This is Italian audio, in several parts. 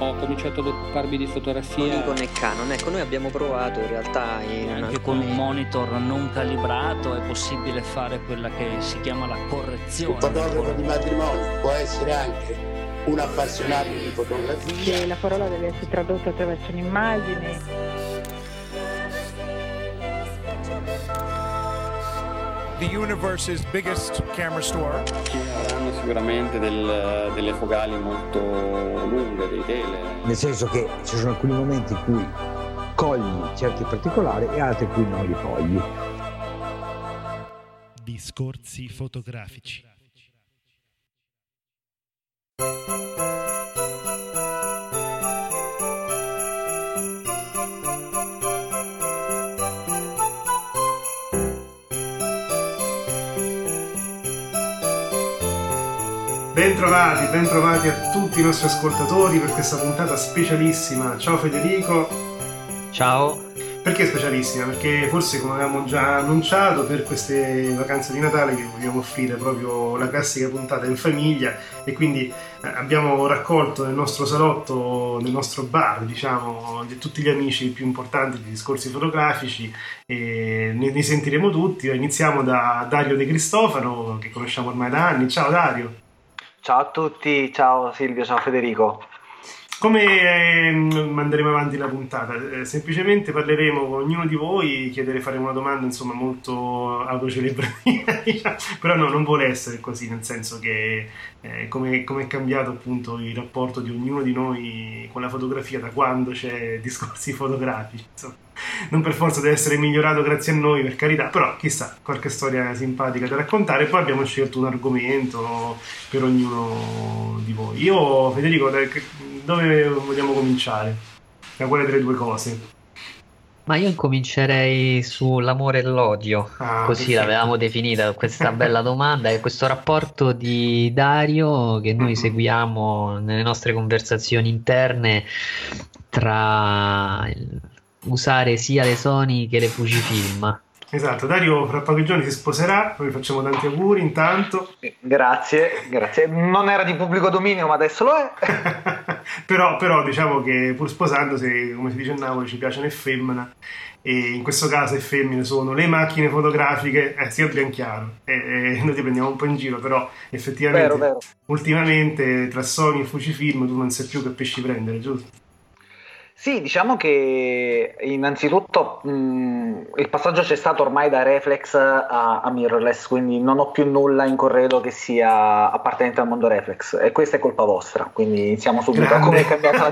Ho cominciato ad occuparmi di fotografia. Nikon e Canon, ecco, noi abbiamo provato in realtà anche con un monitor non calibrato è possibile fare quella che si chiama la correzione. Un fotografo di matrimonio può essere anche un appassionato di fotografia. La parola deve essere tradotta attraverso un'immagine. The universe's biggest camera store. Ci avranno sicuramente delle focali molto lunghe, dei tele. Nel senso che ci sono alcuni momenti in cui cogli certi particolari e altri in cui non li cogli. Discorsi fotografici. Bentrovati a tutti i nostri ascoltatori per questa puntata specialissima. Ciao Federico. Ciao. Perché specialissima? Perché forse, come avevamo già annunciato, per queste vacanze di Natale vi vogliamo offrire proprio la classica puntata in famiglia e quindi abbiamo raccolto nel nostro salotto, nel nostro bar, diciamo, tutti gli amici più importanti di discorsi fotografici e ne sentiremo tutti. Iniziamo da Dario De Cristofano, che conosciamo ormai da anni. Ciao Dario. Ciao a tutti, ciao Silvio, ciao Federico. Come manderemo avanti la puntata? Semplicemente parleremo con ognuno di voi, faremo una domanda insomma molto autocelebrativa, diciamo. Però no, non vuole essere così, nel senso che come è cambiato appunto il rapporto di ognuno di noi con la fotografia da quando c'è discorsi fotografici, insomma. Non per forza deve essere migliorato grazie a noi, per carità, però chissà, qualche storia simpatica da raccontare. Poi abbiamo scelto un argomento per ognuno di voi. Io, Federico, dove vogliamo cominciare? Da quale delle due cose? Ma io incomincerei sull'amore e l'odio, così perfetto. L'avevamo definita questa bella domanda, e questo rapporto di Dario che noi seguiamo nelle nostre conversazioni interne tra usare sia le Sony che le Fujifilm. Esatto, Dario fra pochi giorni si sposerà, noi facciamo tanti auguri intanto. Grazie. Non era di pubblico dominio, ma adesso lo è. però diciamo che pur sposandosi, come si dice a Napoli, ci piace né femmina, e in questo caso le femmine sono le macchine fotografiche, sia ben chiaro, noi ti prendiamo un po' in giro, però effettivamente vero. Ultimamente tra Sony e Fujifilm tu non sai più che pesci prendere, giusto? Sì, diciamo che innanzitutto il passaggio c'è stato ormai da reflex a mirrorless, quindi non ho più nulla in corredo che sia appartenente al mondo reflex, e questa è colpa vostra, quindi iniziamo subito. Come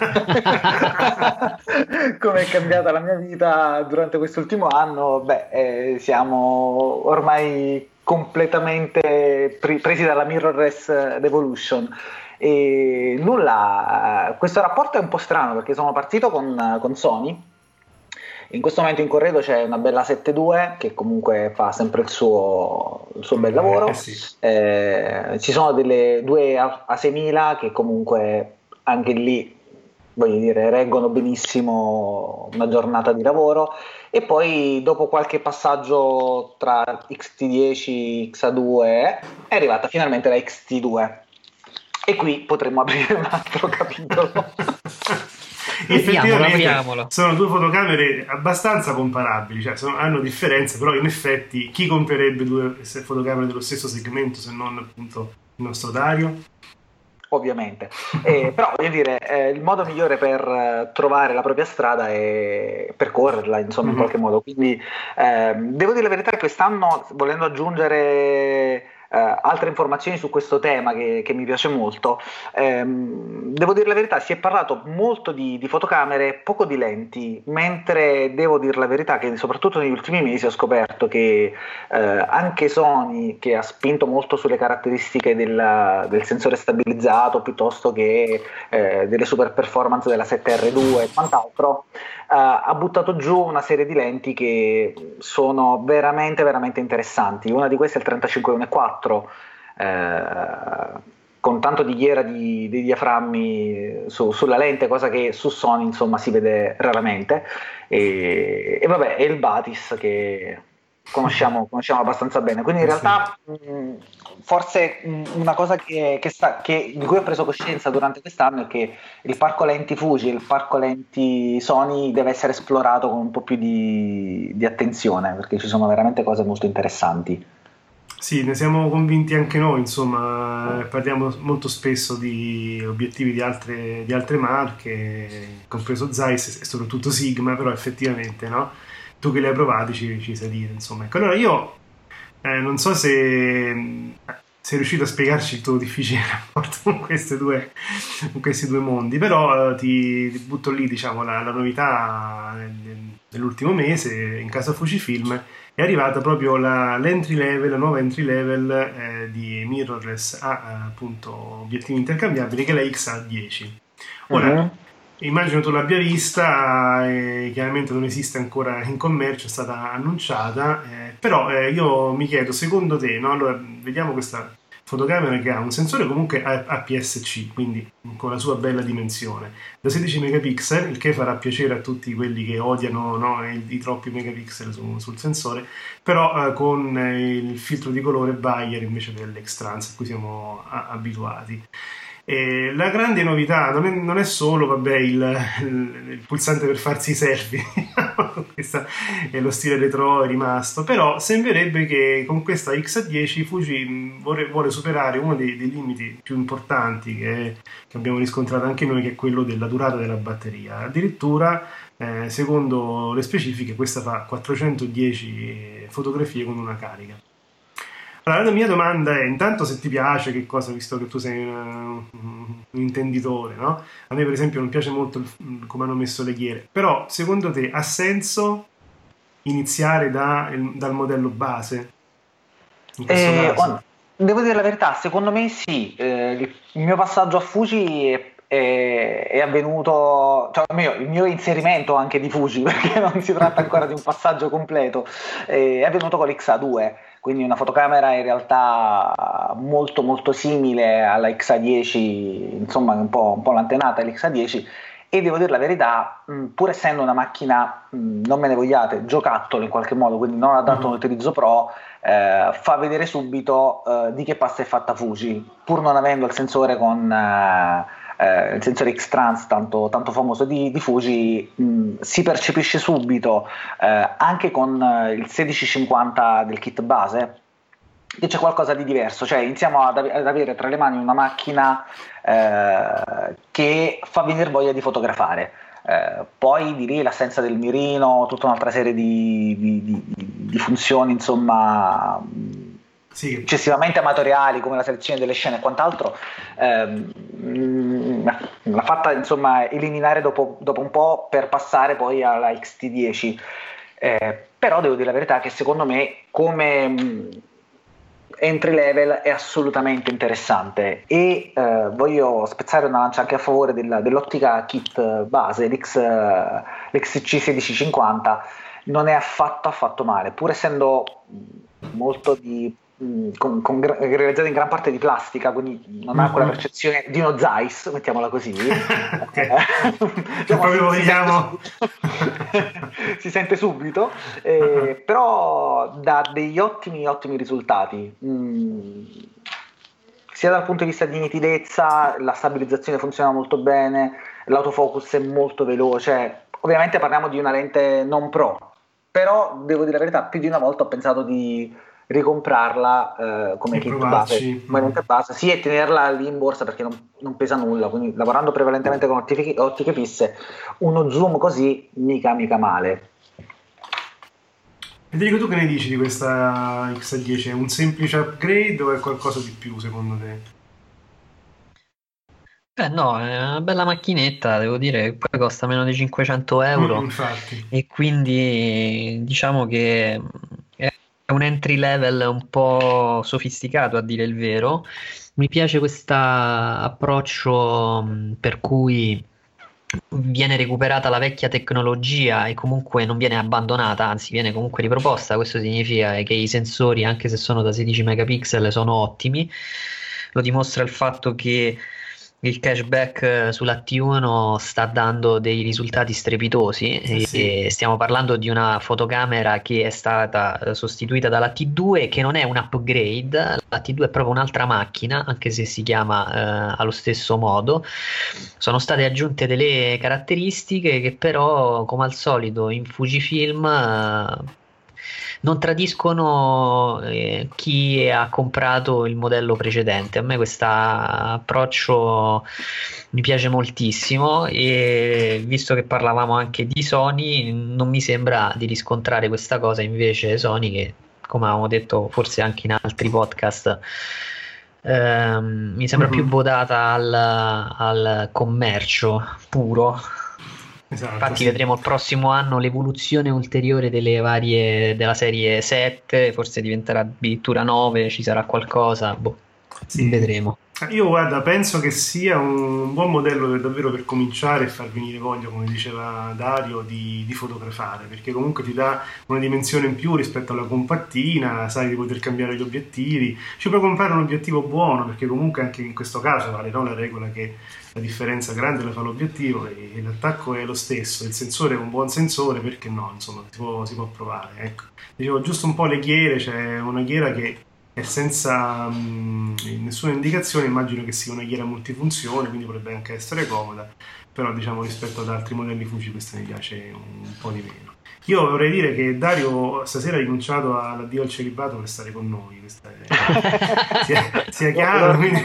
è cambiata la mia vita durante quest'ultimo anno? Siamo ormai completamente presi dalla mirrorless revolution. E nulla, questo rapporto è un po' strano perché sono partito con Sony. In questo momento in corredo c'è una bella 7.2 che comunque fa sempre il suo bel lavoro. Sì. Ci sono delle due A6000 che comunque anche lì, voglio dire, reggono benissimo una giornata di lavoro, e poi dopo qualche passaggio tra X-T10 XA2 è arrivata finalmente la X-T2. E qui potremmo aprire un altro capitolo. Effettivamente sono due fotocamere abbastanza comparabili, cioè hanno differenze, però in effetti chi comprerebbe due fotocamere dello stesso segmento se non appunto il nostro Dario? Ovviamente, però voglio dire, il modo migliore per trovare la propria strada è percorrerla, insomma, in qualche modo. Quindi devo dire la verità che quest'anno, volendo aggiungere altre informazioni su questo tema che mi piace molto, devo dire la verità, si è parlato molto di fotocamere, poco di lenti, mentre devo dire la verità che soprattutto negli ultimi mesi ho scoperto che anche Sony, che ha spinto molto sulle caratteristiche del sensore stabilizzato piuttosto che delle super performance della 7R2 e quant'altro, ha buttato giù una serie di lenti che sono veramente veramente interessanti. Una di queste è il 35-1.4 con tanto di ghiera di diaframmi sulla lente, cosa che su Sony insomma si vede raramente, e vabbè, è il Batis che conosciamo abbastanza bene. Quindi in realtà forse una cosa di cui ho preso coscienza durante quest'anno è che il parco lenti Fuji e il parco lenti Sony deve essere esplorato con un po' più di attenzione, perché ci sono veramente cose molto interessanti. Sì, ne siamo convinti anche noi, insomma, parliamo molto spesso di obiettivi di altre marche, compreso Zeiss e soprattutto Sigma, però effettivamente, no? Tu che li hai provati ci sai dire, insomma. Ecco, allora io non so se sei riuscito a spiegarci il tuo difficile rapporto con questi due mondi, però ti butto lì, diciamo, la novità dell'ultimo mese in casa Fujifilm. È arrivata proprio la nuova entry level di mirrorless appunto obiettivi intercambiabili, che è la XA10. Ora, immagino tu l'abbia vista, chiaramente non esiste ancora in commercio, è stata annunciata, però io mi chiedo, secondo te, no? Allora, vediamo questa fotocamera che ha un sensore comunque APS-C, quindi con la sua bella dimensione, da 16 megapixel, il che farà piacere a tutti quelli che odiano, no, i troppi megapixel sul sensore, però con il filtro di colore Bayer invece dell'X-Trans a cui siamo abituati. E la grande novità non è solo, vabbè, il pulsante per farsi i selfie, questo è lo stile retro rimasto, però sembrerebbe che con questa X10 Fuji vuole superare uno dei limiti più importanti che abbiamo riscontrato anche noi, che è quello della durata della batteria. Addirittura, secondo le specifiche, questa fa 410 fotografie con una carica. Allora, la mia domanda è, intanto, se ti piace, che cosa, visto che tu sei un intenditore, no? A me per esempio non piace molto come hanno messo le ghiere, però secondo te ha senso iniziare dal modello base? In questo caso? Devo dire la verità, secondo me sì. Il mio passaggio a Fuji è avvenuto, cioè il mio inserimento anche di Fuji, perché non si tratta ancora di un passaggio completo, è avvenuto con l'XA2, quindi una fotocamera in realtà molto molto simile alla XA10, insomma un po' l'antenata dell'XA10, e devo dire la verità, pur essendo una macchina, non me ne vogliate, giocattolo in qualche modo, quindi non adatto a un utilizzo pro, fa vedere subito di che pasta è fatta Fuji, pur non avendo il sensore il sensore X-Trans tanto famoso di Fuji. Si percepisce subito, anche con il 1650 del kit base, che c'è qualcosa di diverso, cioè iniziamo ad avere tra le mani una macchina che fa venire voglia di fotografare. Poi di lì l'assenza del mirino, tutta un'altra serie di funzioni, insomma, sì, eccessivamente amatoriali, come la selezione delle scene e quant'altro, l'ha fatta, insomma, eliminare dopo un po', per passare poi alla XT10. Però devo dire la verità che secondo me come entry level è assolutamente interessante, e voglio spezzare una lancia anche a favore dell'ottica kit base, l'XC1650 non è affatto male, pur essendo molto realizzato in gran parte di plastica, quindi non ha quella percezione di uno Zeiss, mettiamola così. Si sente subito, però dà degli ottimi risultati, sia dal punto di vista di nitidezza, la stabilizzazione funziona molto bene, l'autofocus è molto veloce. Ovviamente parliamo di una lente non pro, però devo dire la verità, più di una volta ho pensato di ricomprarla come kit base, sì, e tenerla lì in borsa, perché non pesa nulla, quindi lavorando prevalentemente con ottiche fisse, uno zoom così mica male. Federico, tu che ne dici di questa X10? È un semplice upgrade o è qualcosa di più secondo te? No, è una bella macchinetta, devo dire, poi costa meno di 500 euro, infatti. E quindi diciamo che è un entry level un po' sofisticato, a dire il vero. Mi piace questo approccio per cui viene recuperata la vecchia tecnologia e comunque non viene abbandonata, anzi viene comunque riproposta. Questo significa che i sensori, anche se sono da 16 megapixel, sono ottimi. Lo dimostra il fatto che il cashback sulla T1 sta dando dei risultati strepitosi e stiamo parlando di una fotocamera che è stata sostituita dalla T2, che non è un upgrade, la T2 è proprio un'altra macchina, anche se si chiama allo stesso modo. Sono state aggiunte delle caratteristiche che però, come al solito in Fujifilm, non tradiscono chi ha comprato il modello precedente. A me questo approccio mi piace moltissimo, e visto che parlavamo anche di Sony, non mi sembra di riscontrare questa cosa. Invece Sony, che come avevamo detto forse anche in altri podcast, mi sembra più votata al commercio puro. Esatto, infatti vedremo il prossimo anno l'evoluzione ulteriore della serie 7, forse diventerà addirittura 9, ci sarà qualcosa, vedremo. Io guarda, penso che sia un buon modello davvero per cominciare e far venire voglia, come diceva Dario, di fotografare, perché comunque ti dà una dimensione in più rispetto alla compattina, sai di poter cambiare gli obiettivi, ci puoi comprare un obiettivo buono, perché comunque anche in questo caso vale, no, la regola che la differenza grande la fa l'obiettivo e l'attacco è lo stesso, il sensore è un buon sensore, perché no, insomma si può provare, ecco. Dicevo giusto un po' le ghiere, c'è una ghiera che è senza nessuna indicazione, immagino che sia una ghiera multifunzione, quindi potrebbe anche essere comoda, però diciamo rispetto ad altri modelli Fuji questa mi piace un po' di meno. Io vorrei dire che Dario stasera ha rinunciato all'addio al celibato per stare con noi, sia chiaro, quindi...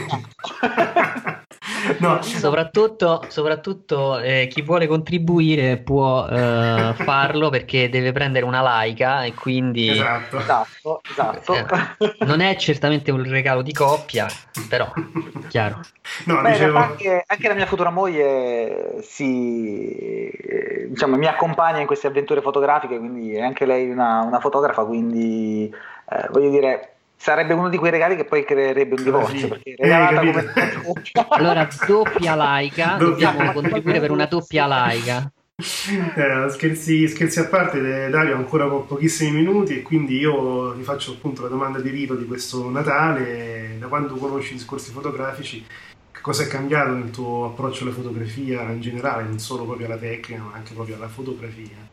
No. Soprattutto chi vuole contribuire può farlo, perché deve prendere una Leica, e quindi esatto. Non è certamente un regalo di coppia, però chiaro. No, dicevo... anche la mia futura moglie diciamo, mi accompagna in queste avventure fotografiche, quindi è anche lei una fotografa, quindi voglio dire, sarebbe uno di quei regali che poi creerebbe un divorzio, perché regalata come... Allora, doppia Leica, dobbiamo contribuire per una doppia Leica. Scherzi a parte, Dario ha ancora pochissimi minuti, e quindi io ti faccio appunto la domanda di rito di questo Natale: da quando conosci i discorsi fotografici, che cosa è cambiato nel tuo approccio alla fotografia in generale, non solo proprio alla tecnica ma anche proprio alla fotografia?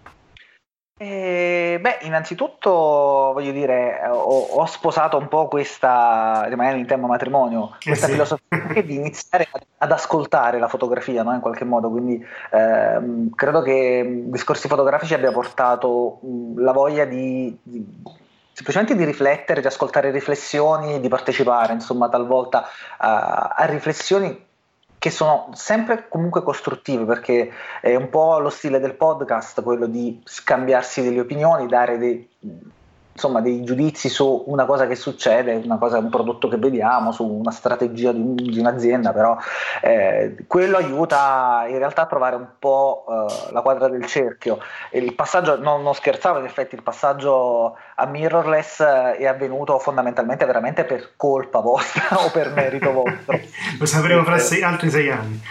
Innanzitutto voglio dire, ho sposato un po' questa, rimanendo in tema matrimonio, questa filosofia anche di iniziare ad ascoltare la fotografia, no? In qualche modo, quindi credo che discorsi fotografici abbia portato la voglia semplicemente di riflettere, di ascoltare riflessioni, di partecipare, insomma, talvolta a riflessioni che sono sempre comunque costruttive, perché è un po' lo stile del podcast, quello di scambiarsi delle opinioni, dare dei giudizi su una cosa che succede, un prodotto che vediamo, su una strategia di un'azienda, però quello aiuta in realtà a trovare un po' la quadra del cerchio. Il passaggio, non scherzavo, in effetti il passaggio a mirrorless è avvenuto fondamentalmente veramente per colpa vostra o per merito vostro. Lo sapremo fra altri 6 anni.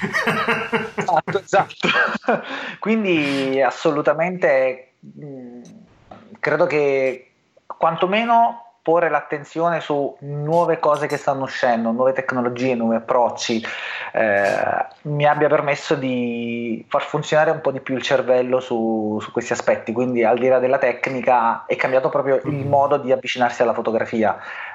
Esatto. Quindi assolutamente credo che quantomeno porre l'attenzione su nuove cose che stanno uscendo, nuove tecnologie, nuovi approcci, mi abbia permesso di far funzionare un po' di più il cervello su questi aspetti. Quindi al di là della tecnica è cambiato proprio il modo di avvicinarsi alla fotografia,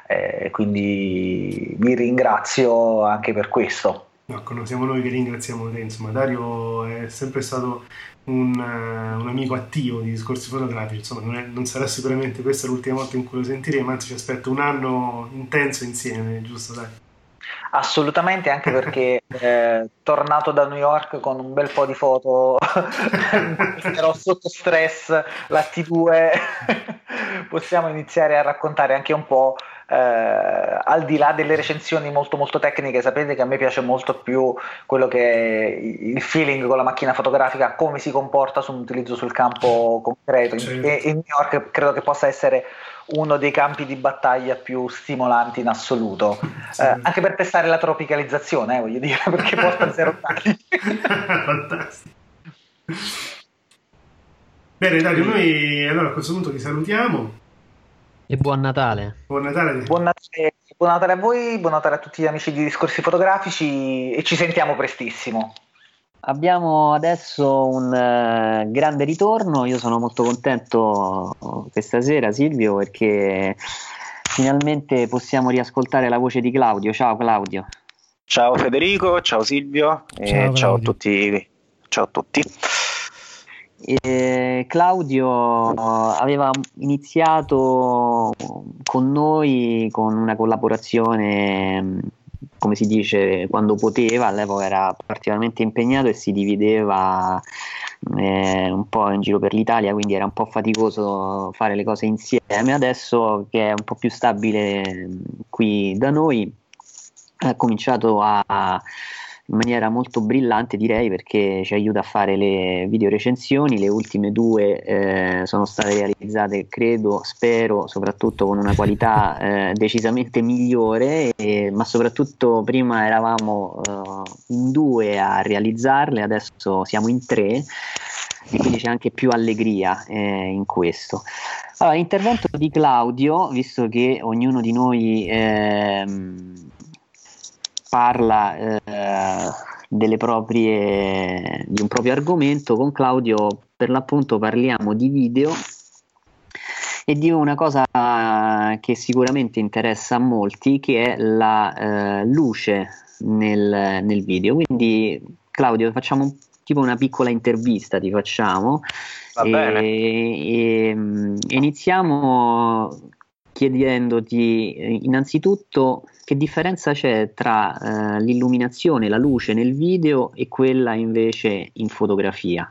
quindi vi ringrazio anche per questo. No, siamo noi che ringraziamo te, insomma. Dario è sempre stato un amico attivo di discorsi fotografici, insomma non sarà sicuramente questa l'ultima volta in cui lo sentiremo, anzi ci aspetta un anno intenso insieme, giusto Dario? Assolutamente, anche perché tornato da New York con un bel po' di foto ero sotto stress, la T2 possiamo iniziare a raccontare anche un po', al di là delle recensioni molto molto tecniche. Sapete che a me piace molto più quello che è il feeling con la macchina fotografica, come si comporta su un utilizzo sul campo concreto, e New York credo che possa essere uno dei campi di battaglia più stimolanti in assoluto, anche per testare la tropicalizzazione, voglio dire, perché porta 0 tagli. Fantastico. Bene Dario, noi allora a questo punto ti salutiamo e buon Natale. Buon Natale, buon Natale a voi, buon Natale a tutti gli amici di Discorsi Fotografici e ci sentiamo prestissimo. Abbiamo adesso un grande ritorno, io sono molto contento questa sera, Silvio, perché finalmente possiamo riascoltare la voce di Claudio. Ciao Claudio. Ciao Federico, ciao Silvio e ciao a tutti. Ciao a tutti. Claudio aveva iniziato con noi con una collaborazione, come si dice, quando poteva. All'epoca era particolarmente impegnato e si divideva un po' in giro per l'Italia, quindi era un po' faticoso fare le cose insieme. Adesso che è un po' più stabile qui da noi, ha cominciato in maniera molto brillante, direi, perché ci aiuta a fare le video recensioni. Le ultime 2 sono state realizzate, credo, spero, soprattutto con una qualità decisamente migliore, ma soprattutto prima eravamo in 2 a realizzarle, adesso siamo in 3 e quindi c'è anche più allegria in questo. Allora, l'intervento di Claudio, visto che ognuno di noi parla di un proprio argomento, con Claudio per l'appunto parliamo di video e di una cosa che sicuramente interessa a molti, che è la luce nel video. Quindi Claudio, facciamo tipo una piccola intervista, ti facciamo. Va bene. E iniziamo chiedendoti innanzitutto che differenza c'è tra l'illuminazione, la luce nel video e quella invece in fotografia.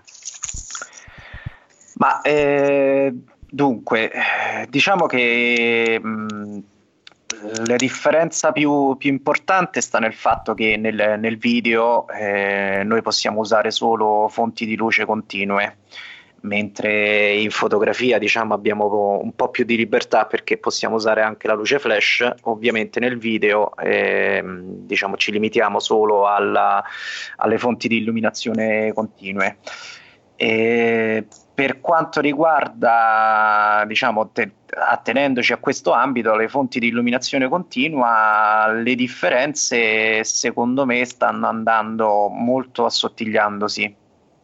Ma dunque, diciamo che la differenza più importante sta nel fatto che nel video noi possiamo usare solo fonti di luce continue, mentre in fotografia, diciamo, abbiamo un po' più di libertà perché possiamo usare anche la luce flash. Ovviamente nel video diciamo ci limitiamo solo alle fonti di illuminazione continue. Per quanto riguarda, diciamo, attenendoci a questo ambito, le fonti di illuminazione continua, le differenze secondo me stanno andando molto assottigliandosi.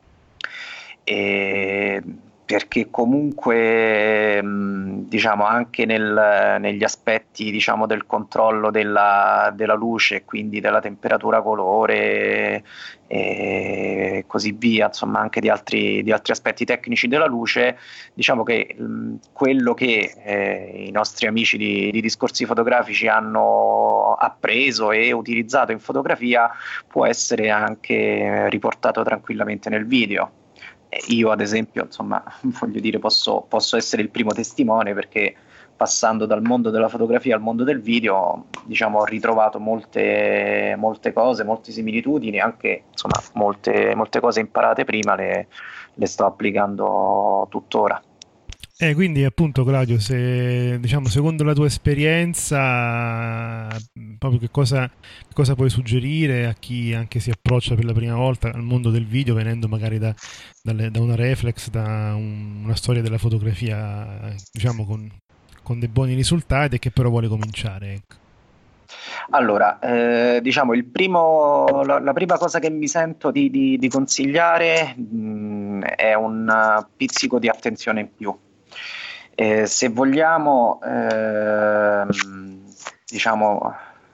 Perché comunque diciamo anche negli aspetti, diciamo, del controllo della luce e quindi della temperatura colore e così via, insomma anche di altri aspetti tecnici della luce, diciamo che quello che i nostri amici di Discorsi Fotografici hanno appreso e utilizzato in fotografia può essere anche riportato tranquillamente nel video. Io ad esempio, insomma, voglio dire, posso essere il primo testimone, perché passando dal mondo della fotografia al mondo del video, diciamo, ho ritrovato molte cose, molte similitudini, anche insomma molte cose imparate prima le sto applicando tuttora. Quindi appunto Claudio, se diciamo secondo la tua esperienza, proprio che cosa puoi suggerire a chi anche si approccia per la prima volta al mondo del video, venendo magari da una reflex, da una storia della fotografia, diciamo con dei buoni risultati, e che però vuole cominciare, ecco. Allora, diciamo la prima cosa che mi sento di consigliare è un pizzico di attenzione in più. Se vogliamo, diciamo,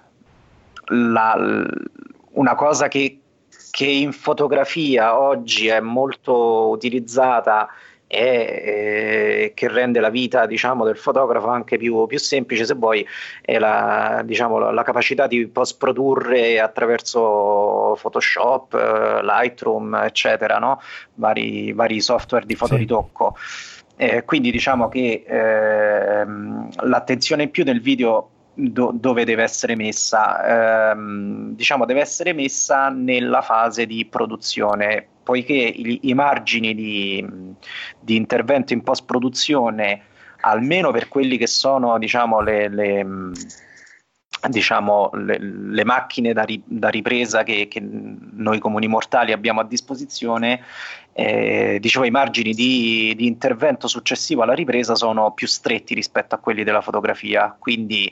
una cosa che in fotografia oggi è molto utilizzata e che rende la vita, diciamo, del fotografo anche più semplice, se vuoi, è la capacità di post-produrre attraverso Photoshop, Lightroom, eccetera, no? Vari software di fotoritocco. Quindi diciamo che l'attenzione in più nel video dove deve essere messa? Diciamo deve essere messa nella fase di produzione, poiché i margini di intervento in post-produzione, almeno per quelli che sono, diciamo, diciamo le macchine da ripresa che noi comuni mortali abbiamo a disposizione, dicevo, i margini di intervento successivo alla ripresa sono più stretti rispetto a quelli della fotografia, quindi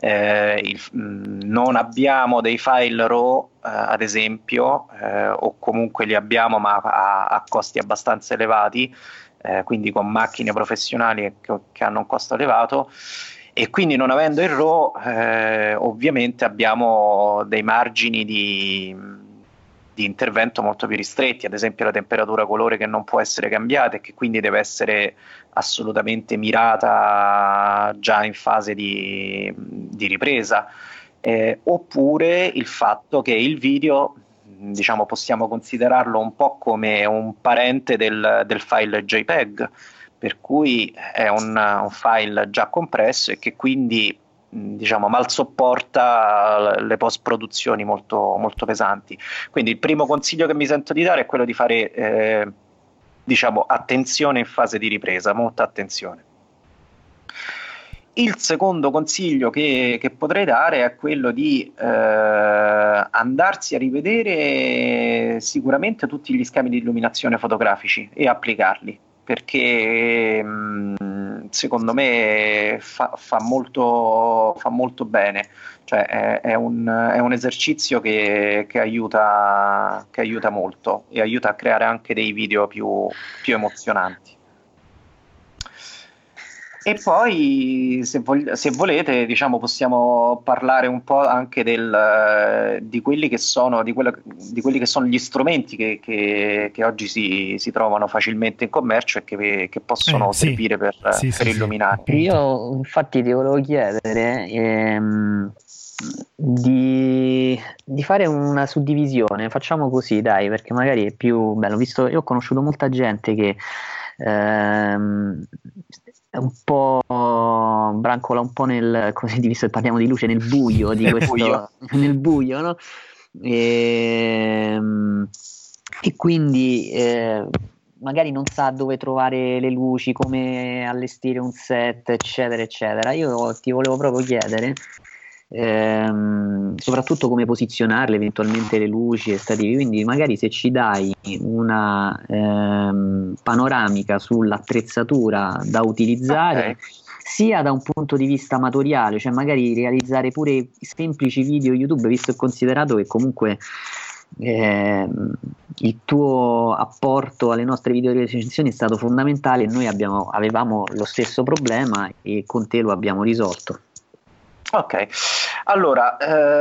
non abbiamo dei file RAW ad esempio, o comunque li abbiamo ma a costi abbastanza elevati, quindi con macchine professionali che hanno un costo elevato. E quindi, non avendo il RAW, ovviamente abbiamo dei margini di intervento molto più ristretti, ad esempio la temperatura colore che non può essere cambiata e che quindi deve essere assolutamente mirata già in fase di ripresa, oppure il fatto che il video, diciamo, possiamo considerarlo un po' come un parente del file JPEG, per cui è un file già compresso e che quindi, diciamo, mal sopporta le post-produzioni molto, molto pesanti. Quindi il primo consiglio che mi sento di dare è quello di fare, diciamo, attenzione in fase di ripresa, molta attenzione. Il secondo consiglio che potrei dare è quello di andarsi a rivedere sicuramente tutti gli schemi di illuminazione fotografici e applicarli, perché secondo me fa molto bene, cioè è un esercizio che aiuta molto e aiuta a creare anche dei video più emozionanti. E poi, se volete, diciamo, possiamo parlare un po' anche di quelli che sono gli strumenti che oggi si trovano facilmente in commercio e che possono servire per illuminare. Io infatti ti volevo chiedere di fare una suddivisione, facciamo così, dai, perché magari è più bello, visto io ho conosciuto molta gente che un po' brancola un po' nel, così, visto che parliamo di luce, nel buio di questo, nel buio, no? E quindi magari non sa dove trovare le luci, come allestire un set, eccetera eccetera. Io ti volevo proprio chiedere soprattutto come posizionarle eventualmente le luci e stativi, quindi magari se ci dai una panoramica sull'attrezzatura da utilizzare, sia da un punto di vista amatoriale, cioè magari realizzare pure semplici video YouTube, visto e considerato che comunque il tuo apporto alle nostre video recensioni è stato fondamentale. Noi avevamo lo stesso problema e con te lo abbiamo risolto. Ok, allora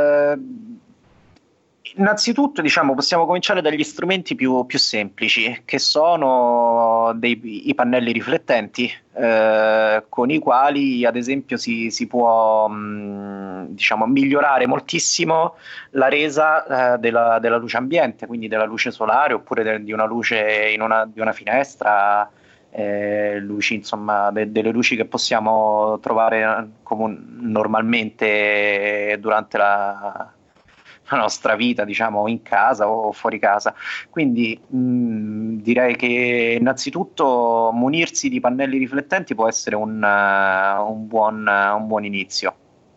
innanzitutto, diciamo, possiamo cominciare dagli strumenti più semplici, che sono i pannelli riflettenti, con i quali ad esempio si può diciamo, migliorare moltissimo la resa della luce ambiente, quindi della luce solare oppure di una luce di una finestra. Luci, insomma, delle luci che possiamo trovare normalmente durante la nostra vita, diciamo, in casa o fuori casa. Quindi direi che innanzitutto munirsi di pannelli riflettenti può essere un buon inizio.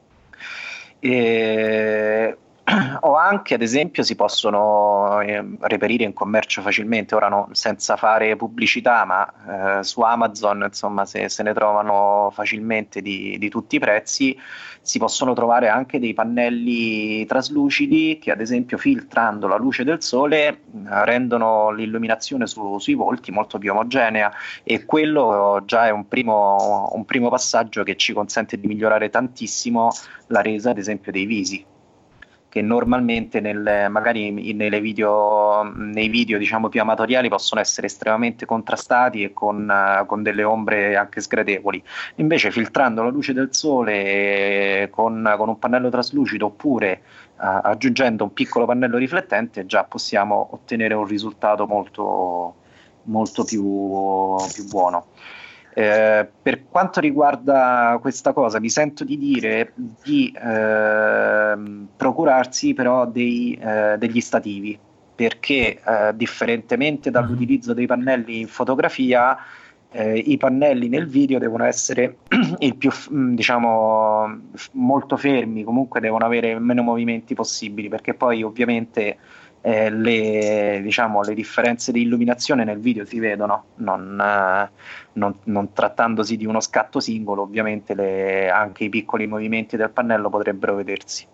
O anche, ad esempio, si possono reperire in commercio facilmente, ora no, senza fare pubblicità, ma su Amazon, insomma, se ne trovano facilmente di tutti i prezzi. Si possono trovare anche dei pannelli traslucidi che, ad esempio, filtrando la luce del sole, rendono l'illuminazione sui volti molto più omogenea, e quello già è un primo passaggio che ci consente di migliorare tantissimo la resa, ad esempio, dei visi, che normalmente magari nei video, diciamo, più amatoriali possono essere estremamente contrastati e con delle ombre anche sgradevoli. Invece, filtrando la luce del sole con un pannello traslucido oppure aggiungendo un piccolo pannello riflettente, già possiamo ottenere un risultato molto, molto più buono. Per quanto riguarda questa cosa, mi sento di dire di procurarsi però degli stativi, perché differentemente dall'utilizzo dei pannelli in fotografia, i pannelli nel video devono essere il più, diciamo, molto fermi, comunque devono avere meno movimenti possibili, perché poi ovviamente le differenze di illuminazione nel video si vedono, non trattandosi di uno scatto singolo, ovviamente anche i piccoli movimenti del pannello potrebbero vedersi.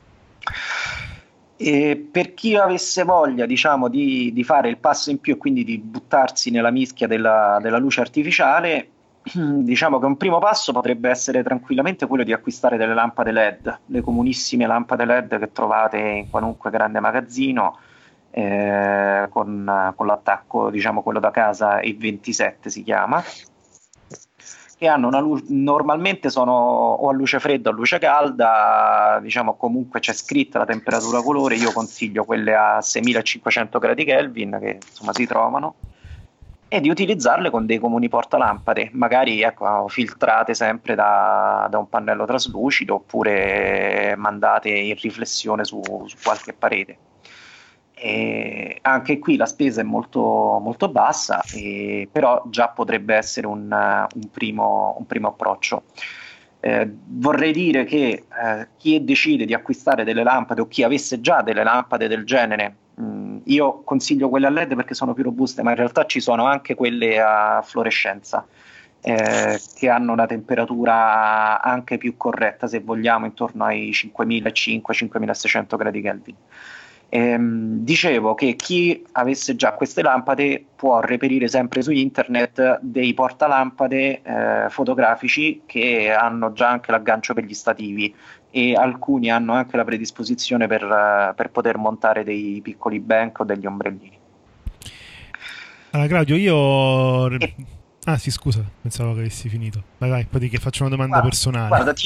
E per chi avesse voglia, diciamo, di fare il passo in più e quindi di buttarsi nella mischia della luce artificiale, diciamo che un primo passo potrebbe essere tranquillamente quello di acquistare delle lampade LED, le comunissime lampade LED che trovate in qualunque grande magazzino, con l'attacco, diciamo, quello da casa E27 si chiama, che hanno una luce, normalmente sono o a luce fredda o a luce calda, diciamo, comunque c'è scritta la temperatura colore. Io consiglio quelle a 6500 gradi Kelvin, che insomma si trovano, e di utilizzarle con dei comuni portalampade, magari, ecco, filtrate sempre da un pannello traslucido, oppure mandate in riflessione su qualche parete. E anche qui la spesa è molto, molto bassa, però già potrebbe essere un primo approccio. Vorrei dire che chi decide di acquistare delle lampade, o chi avesse già delle lampade del genere, io consiglio quelle a LED perché sono più robuste, ma in realtà ci sono anche quelle a fluorescenza, che hanno una temperatura anche più corretta, se vogliamo, intorno ai 5500-5600 gradi Kelvin. Dicevo che chi avesse già queste lampade può reperire sempre su internet dei portalampade fotografici che hanno già anche l'aggancio per gli stativi, e alcuni hanno anche la predisposizione per poter montare dei piccoli bank o degli ombrellini. Allora, Claudio, io... Ah sì, scusa, pensavo che avessi finito. Vai, poi che faccio una domanda personale.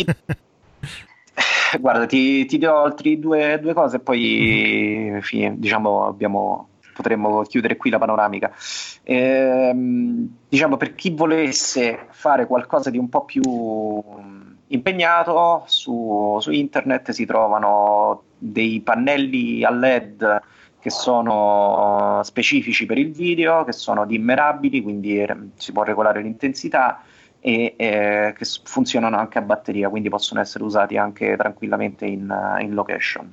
Guarda, ti do altri due cose e poi diciamo potremmo chiudere qui la panoramica. Diciamo, per chi volesse fare qualcosa di un po' più impegnato, su internet si trovano dei pannelli a LED che sono specifici per il video, che sono dimmerabili, quindi si può regolare l'intensità, e che funzionano anche a batteria, quindi possono essere usati anche tranquillamente in location.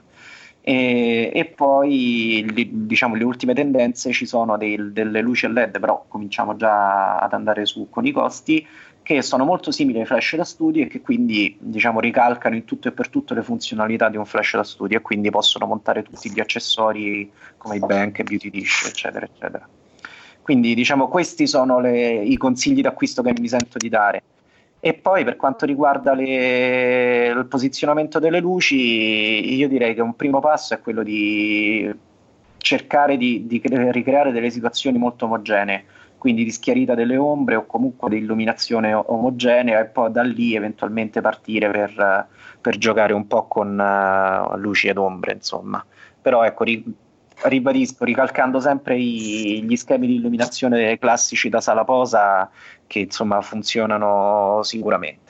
E poi diciamo le ultime tendenze, ci sono delle luci LED, però cominciamo già ad andare su con i costi, che sono molto simili ai flash da studio e che quindi, diciamo, ricalcano in tutto e per tutto le funzionalità di un flash da studio, e quindi possono montare tutti gli accessori come i bank, beauty dish, eccetera eccetera. Quindi, diciamo, questi sono i consigli d'acquisto che mi sento di dare. E poi, per quanto riguarda il posizionamento delle luci, io direi che un primo passo è quello di cercare di ricreare delle situazioni molto omogenee, quindi di schiarita delle ombre o comunque di illuminazione omogenea, e poi da lì eventualmente partire per giocare un po' con luci ed ombre, insomma. Però ecco, ribadisco, ricalcando sempre gli schemi di illuminazione classici da sala posa, che insomma funzionano sicuramente.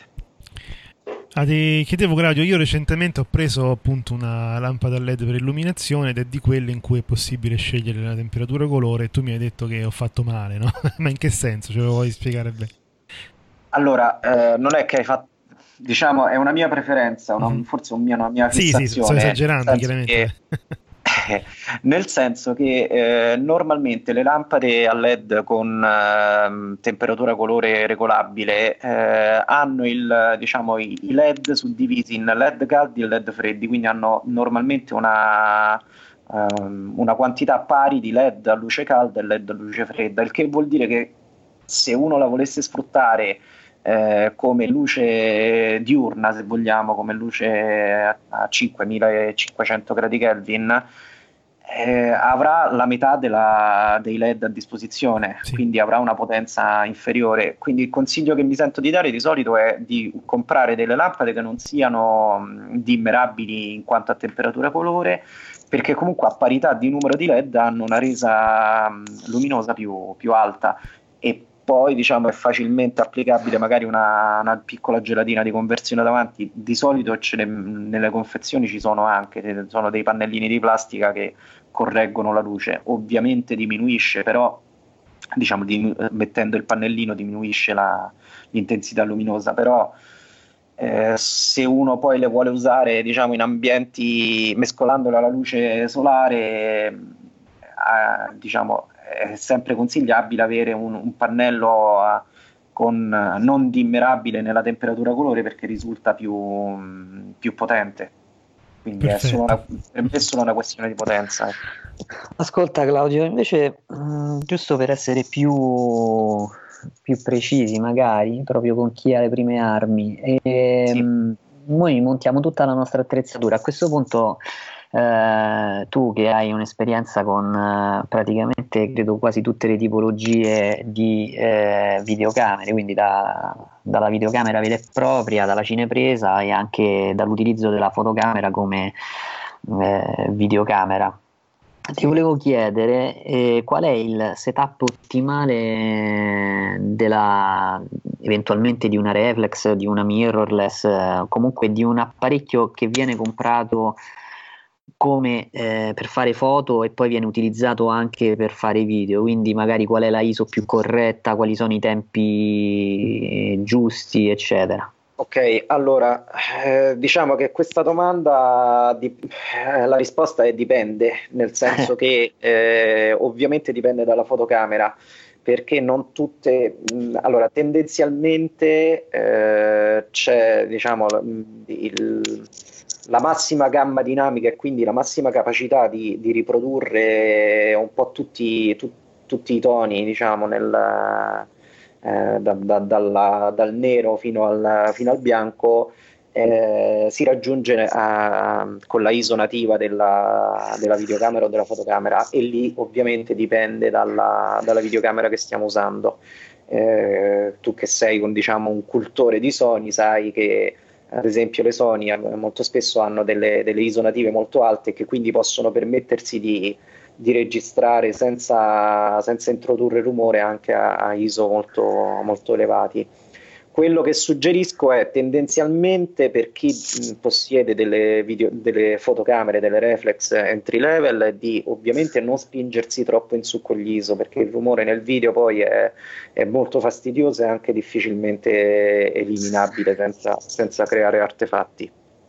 Ti chiedevo, Claudio, io recentemente ho preso appunto una lampada LED per illuminazione, ed è di quelle in cui è possibile scegliere la temperatura colore, e tu mi hai detto che ho fatto male, no? Ma in che senso? Ce lo vuoi spiegare bene? Allora, non è che hai fatto, diciamo, è una mia preferenza, forse una mia fissazione. Sì, sto esagerando, chiaramente. Nel senso che normalmente le lampade a LED con temperatura colore regolabile hanno i LED suddivisi in LED caldi e LED freddi, quindi hanno normalmente una quantità pari di LED a luce calda e LED a luce fredda, il che vuol dire che se uno la volesse sfruttare come luce diurna, se vogliamo, come luce a 5500 gradi Kelvin, avrà la metà dei LED a disposizione, sì. Quindi avrà una potenza inferiore. Quindi il consiglio che mi sento di dare di solito è di comprare delle lampade che non siano dimmerabili in quanto a temperatura colore, perché comunque a parità di numero di LED hanno una resa luminosa più alta, e poi, diciamo, è facilmente applicabile magari una piccola gelatina di conversione davanti. Di solito nelle confezioni ci sono dei pannellini di plastica che correggono la luce, ovviamente diminuisce, però diciamo, mettendo il pannellino diminuisce l'intensità luminosa, però se uno poi le vuole usare, diciamo, in ambienti mescolandole alla luce solare, diciamo, è sempre consigliabile avere un pannello non dimmerabile nella temperatura colore, perché risulta più potente. Quindi per me è solo una questione di potenza. Ascolta Claudio, invece giusto per essere più precisi magari, proprio con chi ha le prime armi, noi montiamo tutta la nostra attrezzatura. A questo punto tu che hai un'esperienza con praticamente credo quasi tutte le tipologie di videocamere, quindi dalla videocamera vera e propria, dalla cinepresa e anche dall'utilizzo della fotocamera come videocamera, ti volevo chiedere qual è il setup ottimale eventualmente di una reflex, di una mirrorless, comunque di un apparecchio che viene comprato come per fare foto e poi viene utilizzato anche per fare video, quindi magari qual è la ISO più corretta, quali sono i tempi giusti, eccetera. Ok, allora diciamo che questa domanda la risposta è dipende, nel senso che ovviamente dipende dalla fotocamera, perché non tutte, allora tendenzialmente c'è, diciamo, la massima gamma dinamica e quindi la massima capacità di riprodurre un po' tutti i toni, diciamo, dal nero fino al bianco, si raggiunge con la ISO nativa della videocamera o della fotocamera, e lì ovviamente dipende dalla videocamera che stiamo usando. Tu che sei diciamo, un cultore di Sony, sai che ad esempio le Sony molto spesso hanno delle ISO native molto alte, che quindi possono permettersi di registrare senza introdurre rumore anche a ISO molto, molto elevati. Quello che suggerisco è tendenzialmente, per chi possiede delle fotocamere, delle reflex entry level, di ovviamente non spingersi troppo in su con gli ISO, perché il rumore nel video poi è molto fastidioso e anche difficilmente eliminabile senza creare artefatti.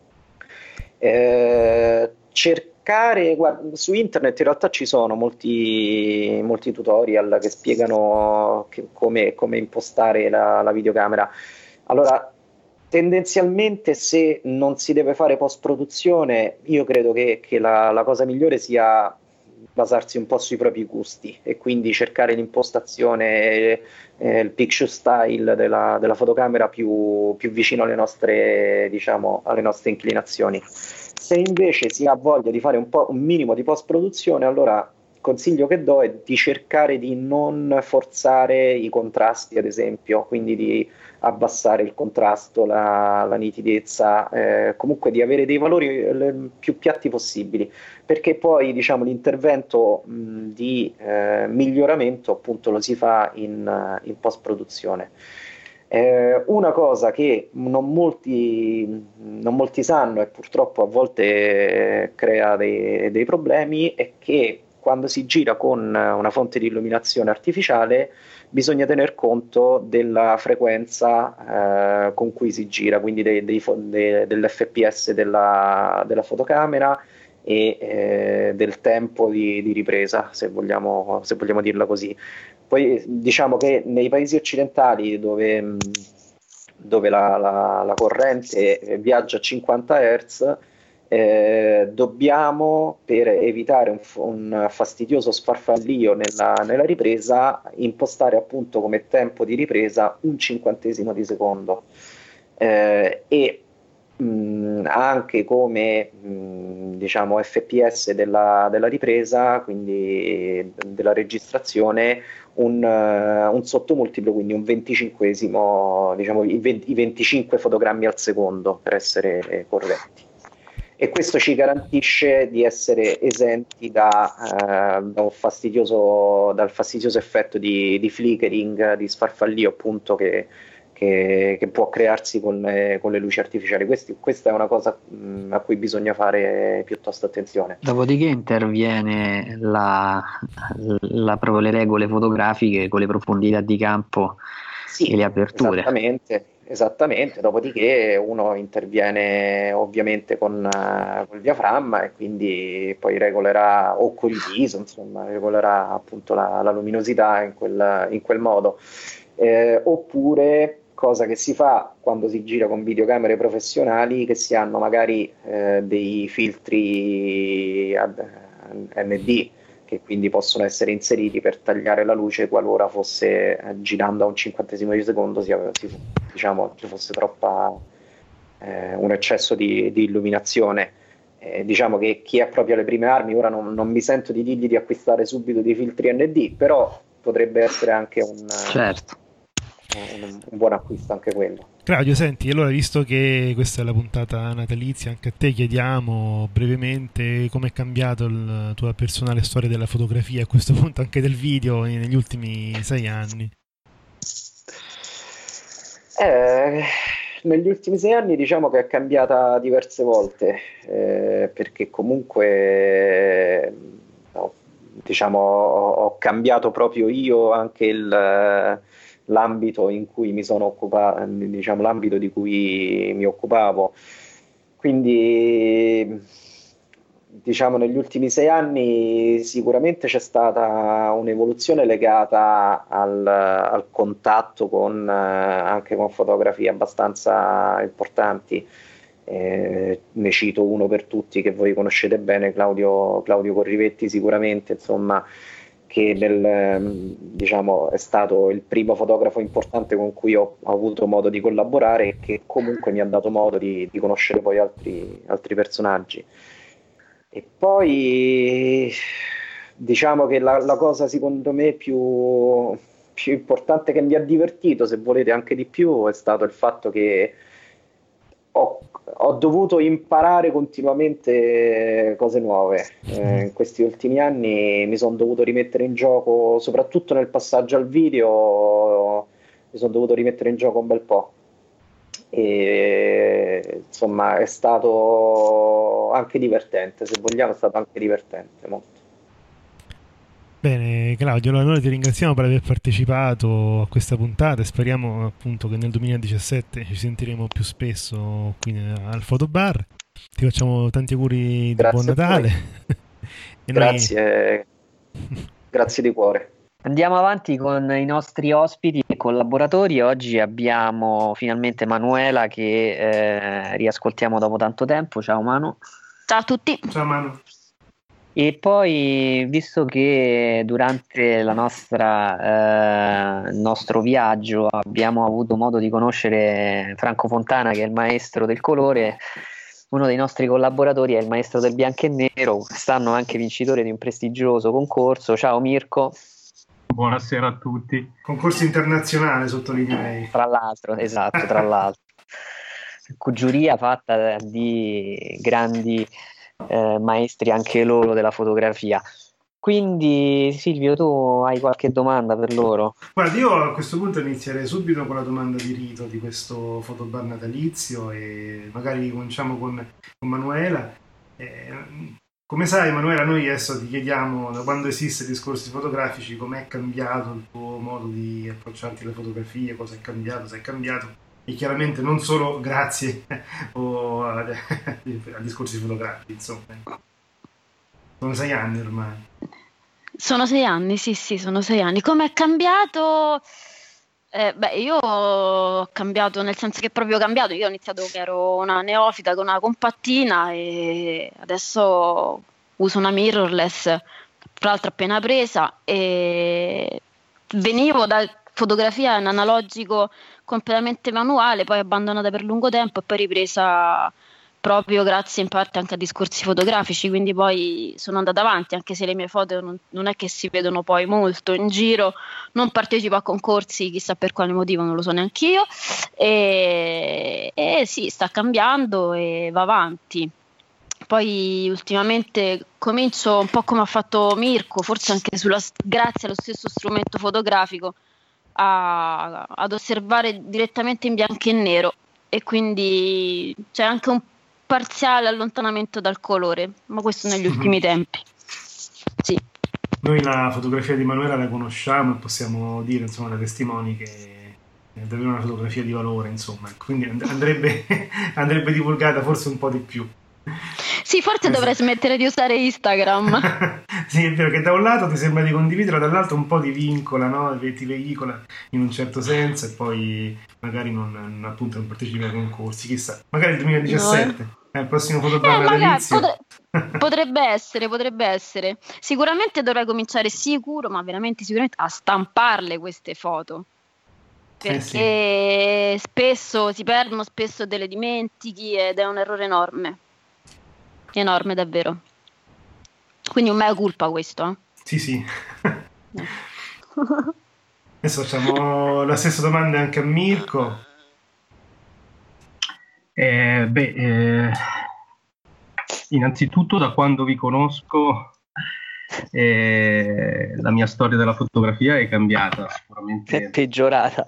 Guarda, su internet in realtà ci sono molti tutorial che spiegano come impostare la videocamera. Allora, tendenzialmente, se non si deve fare post-produzione, io credo che la cosa migliore sia basarsi un po' sui propri gusti e quindi cercare l'impostazione, il picture style della fotocamera più vicino alle nostre, diciamo, alle nostre inclinazioni. Se invece si ha voglia di fare un minimo di post-produzione, allora il consiglio che do è di cercare di non forzare i contrasti, ad esempio, quindi di abbassare il contrasto, la nitidezza, comunque di avere dei valori più piatti possibili, perché poi, diciamo, l'intervento di miglioramento appunto lo si fa in post-produzione. Una cosa che non molti sanno e purtroppo a volte crea dei problemi è che quando si gira con una fonte di illuminazione artificiale bisogna tener conto della frequenza con cui si gira, quindi dell'FPS della fotocamera e del tempo di ripresa, se vogliamo dirla così. Poi diciamo che nei paesi occidentali dove la corrente viaggia a 50 Hz, dobbiamo, per evitare un fastidioso sfarfallio nella ripresa, impostare appunto come tempo di ripresa un 50esimo di secondo, e anche come diciamo FPS della ripresa, quindi della registrazione, un sottomultiplo, quindi un 25esimo, diciamo i 25 fotogrammi al secondo, per essere corretti. E questo ci garantisce di essere esenti dal fastidioso effetto di flickering, di sfarfallio appunto che che può crearsi con le luci artificiali. Questa è una cosa a cui bisogna fare piuttosto attenzione. Dopodiché interviene proprio le regole fotografiche con le profondità di campo e le aperture. Esattamente, dopodiché uno interviene ovviamente col diaframma e quindi poi regolerà, o con il viso, insomma, regolerà appunto la luminosità in quel modo. Oppure, cosa che si fa quando si gira con videocamere professionali, che si hanno magari dei filtri ND, che quindi possono essere inseriti per tagliare la luce qualora fosse, girando a un 50esimo di secondo, ci fosse troppa un eccesso di illuminazione. Diciamo che chi ha proprio le prime armi, ora non mi sento di dirgli di acquistare subito dei filtri ND, però potrebbe essere anche un buon acquisto anche quello. Claudio, senti, allora, visto che questa è la puntata natalizia, anche a te chiediamo brevemente come è cambiato la tua personale storia della fotografia, a questo punto anche del video, negli ultimi 6 anni. Negli ultimi 6 anni diciamo che è cambiata diverse volte, perché comunque ho cambiato proprio io anche l'ambito in cui mi sono occupato, diciamo l'ambito di cui mi occupavo. Quindi diciamo negli ultimi 6 anni sicuramente c'è stata un'evoluzione legata al contatto anche con fotografi abbastanza importanti. Ne cito uno per tutti che voi conoscete bene, Claudio Corrivetti sicuramente, insomma, che diciamo è stato il primo fotografo importante con cui ho avuto modo di collaborare e che comunque mi ha dato modo di conoscere poi altri personaggi. E poi diciamo che la cosa secondo me più importante, che mi ha divertito, se volete anche di più, è stato il fatto che ho dovuto imparare continuamente cose nuove. In questi ultimi anni mi sono dovuto rimettere in gioco, soprattutto nel passaggio al video, mi sono dovuto rimettere in gioco un bel po'. E insomma è stato anche divertente, se vogliamo è stato anche divertente, molto. Bene Claudio, allora noi ti ringraziamo per aver partecipato a questa puntata e speriamo appunto che nel 2017 ci sentiremo più spesso qui al Fotobar. Ti facciamo tanti auguri di buon Natale. Grazie di cuore. Andiamo avanti con i nostri ospiti e collaboratori. Oggi abbiamo finalmente Manuela che riascoltiamo dopo tanto tempo. Ciao Manu. Ciao a tutti. Ciao Manu. E poi, visto che durante il nostro viaggio abbiamo avuto modo di conoscere Franco Fontana, che è il maestro del colore, uno dei nostri collaboratori è il maestro del bianco e nero, quest'anno anche vincitore di un prestigioso concorso. Ciao Mirko. Buonasera a tutti. Concorso internazionale, sottolineerei. Tra l'altro. Giuria fatta di grandi maestri anche loro della fotografia. Quindi Silvio, tu hai qualche domanda per loro? Guarda, io a questo punto inizierei subito con la domanda di rito di questo Fotobar natalizio e magari cominciamo con Manuela. Come sai Manuela, noi adesso ti chiediamo da quando esiste Discorsi Fotografici com'è cambiato il tuo modo di approcciarti alle fotografie, cosa è cambiato, se è cambiato, e chiaramente non solo grazie a Discorsi Fotografici, insomma. Sono 6 anni ormai. Sono 6 anni, sì, sono 6 anni. Come è cambiato? Io ho cambiato, nel senso che proprio cambiato. Io ho iniziato che ero una neofita con una compattina e adesso uso una mirrorless, tra l'altro appena presa, e venivo da fotografia in analogico completamente manuale, poi abbandonata per lungo tempo e poi ripresa proprio grazie in parte anche a Discorsi Fotografici, quindi poi sono andata avanti, anche se le mie foto non è che si vedono poi molto in giro, non partecipo a concorsi, chissà per quale motivo, non lo so neanch'io, e sì, sta cambiando e va avanti. Poi ultimamente comincio un po' come ha fatto Mirko, forse anche grazie allo stesso strumento fotografico, ad osservare direttamente in bianco e nero, e quindi c'è anche un parziale allontanamento dal colore, ma questo negli ultimi tempi. Sì. Noi la fotografia di Manuela la conosciamo e possiamo dire, insomma, da testimoni che è davvero una fotografia di valore, insomma, quindi andrebbe divulgata forse un po' di più. Sì, forse dovrei smettere di usare Instagram. Sì, è vero che da un lato ti sembra di condividere, dall'altro un po' ti vincola, no? Ti veicola in un certo senso, e poi magari non partecipi ai concorsi, chissà, magari il 2017, il prossimo fotobar natalizio. Potrebbe essere. Sicuramente dovrei cominciare sicuramente a stamparle queste foto, perché spesso si perdono, spesso te le dimentichi, ed è un errore enorme davvero. Quindi un mea culpa questo. Sì. Adesso facciamo la stessa domanda anche a Mirko. Innanzitutto, da quando vi conosco, la mia storia della fotografia è cambiata, sicuramente è peggiorata.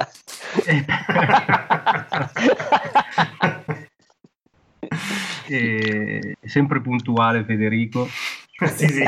È sempre puntuale Federico. Sì.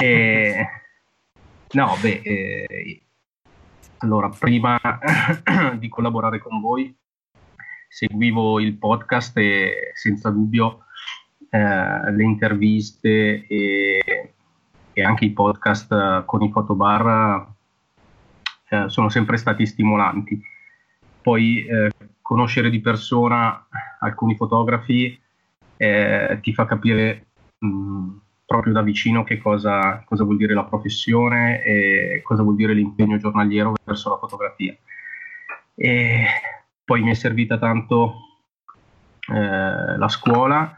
Allora, prima di collaborare con voi seguivo il podcast e senza dubbio le interviste e anche i podcast con i fotobar sono sempre stati stimolanti. Poi conoscere di persona alcuni fotografi ti fa capire proprio da vicino che cosa vuol dire la professione e cosa vuol dire l'impegno giornaliero verso la fotografia. E poi mi è servita tanto la scuola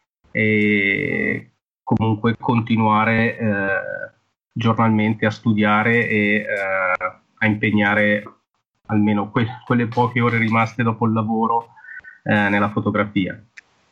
e comunque continuare giornalmente a studiare e a impegnare almeno quelle poche ore rimaste dopo il lavoro nella fotografia.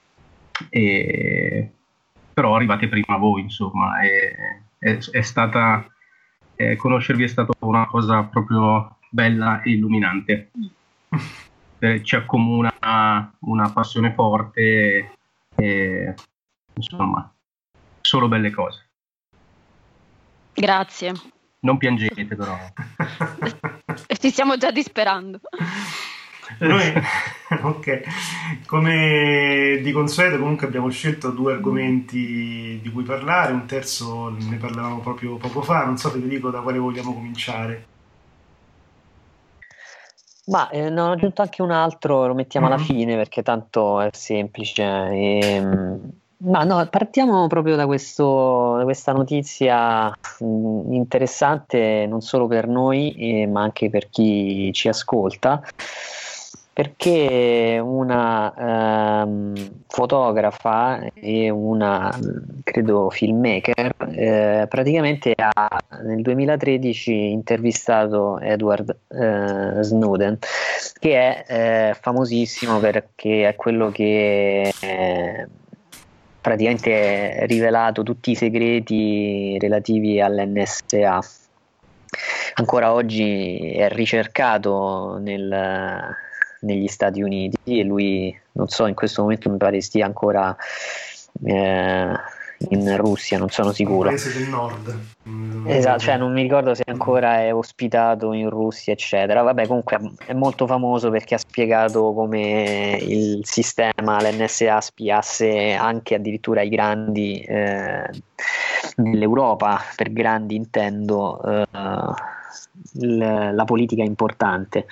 Però arrivate prima voi, insomma, è stata conoscervi è stata una cosa proprio bella e illuminante. Ci accomuna una passione forte e insomma solo belle cose. Grazie. Non piangete però. Ci stiamo già disperando. Noi, ok, come di consueto comunque abbiamo scelto 2 argomenti di cui parlare, un terzo ne parlavamo proprio poco fa, non so Federico da quale vogliamo cominciare. Ma ne ho aggiunto anche un altro, lo mettiamo alla fine perché tanto è semplice. Ma no, partiamo proprio da questa notizia interessante non solo per noi ma anche per chi ci ascolta, perché una fotografa e una credo filmmaker praticamente ha nel 2013 intervistato Edward Snowden, che è famosissimo perché è quello che praticamente ha rivelato tutti i segreti relativi all'NSA. Ancora oggi è ricercato negli Stati Uniti e lui, non so, in questo momento mi pare stia ancora in Russia, non sono sicuro. Un paese del nord. Esatto, cioè non mi ricordo se ancora è ospitato in Russia, eccetera. Vabbè, comunque è molto famoso perché ha spiegato come il sistema, l'NSA, spiasse anche addirittura i grandi dell'Europa, per grandi intendo la politica importante.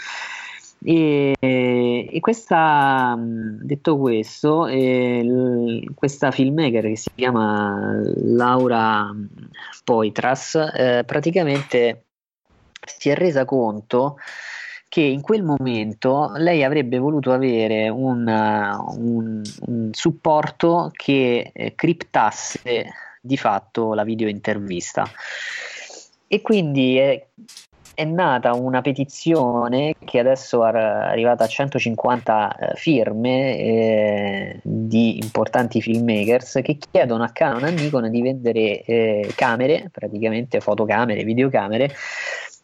E questa, detto questo, questa filmmaker che si chiama Laura Poitras praticamente si è resa conto che in quel momento lei avrebbe voluto avere un supporto che criptasse di fatto la videointervista, e quindi è nata una petizione che adesso è arrivata a 150 firme di importanti filmmakers che chiedono a Canon e Nikon di vendere camere, praticamente fotocamere, videocamere,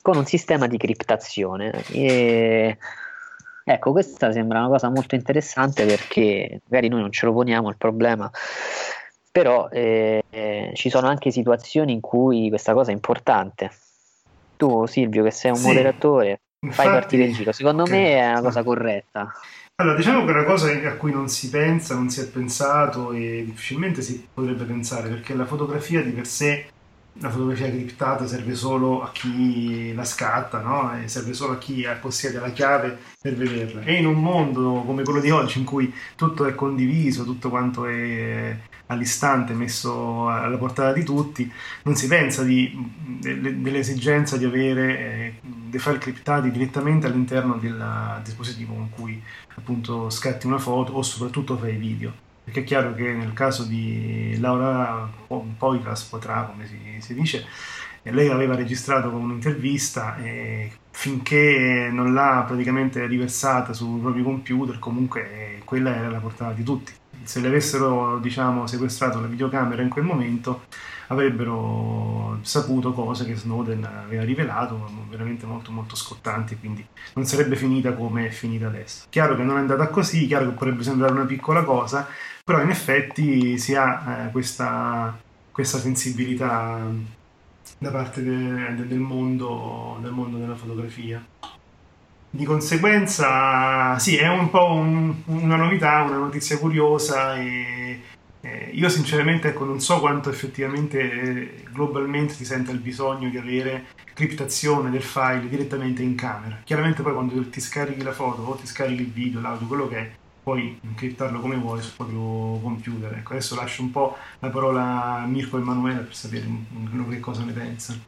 con un sistema di criptazione. E ecco, questa sembra una cosa molto interessante, perché magari noi non ce lo poniamo il problema, però ci sono anche situazioni in cui questa cosa è importante. Tu, Silvio, che sei un moderatore, fai partire il giro. Secondo me è una cosa corretta. Allora, diciamo che è una cosa a cui non si pensa, non si è pensato e difficilmente si potrebbe pensare, perché la fotografia di per sé, la fotografia criptata, serve solo a chi la scatta, no? E serve solo a chi possiede la chiave per vederla. E in un mondo come quello di oggi, in cui tutto è condiviso, tutto quanto è all'istante messo alla portata di tutti, non si pensa dell'esigenza di avere dei file criptati direttamente all'interno del dispositivo con cui appunto scatti una foto, o soprattutto fai video, perché è chiaro che nel caso di Laura Poitras, come si dice, lei aveva registrato con un'intervista e finché non l'ha praticamente riversata sul proprio computer, comunque quella era la portata di tutti. Se le avessero, diciamo, sequestrato la videocamera in quel momento, avrebbero saputo cose che Snowden aveva rivelato, veramente molto molto scottanti, quindi non sarebbe finita come è finita adesso. Chiaro che non è andata così, chiaro che potrebbe sembrare una piccola cosa, però in effetti si ha questa sensibilità da parte del mondo della fotografia. Di conseguenza sì, è un po' una novità, una notizia curiosa, e io sinceramente, ecco, non so quanto effettivamente globalmente si senta il bisogno di avere criptazione del file direttamente in camera. Chiaramente poi quando ti scarichi la foto o ti scarichi il video, l'audio, quello che è, puoi criptarlo come vuoi sul proprio computer. Ecco, adesso lascio un po' la parola a Mirko e Emanuele per sapere che cosa ne pensano.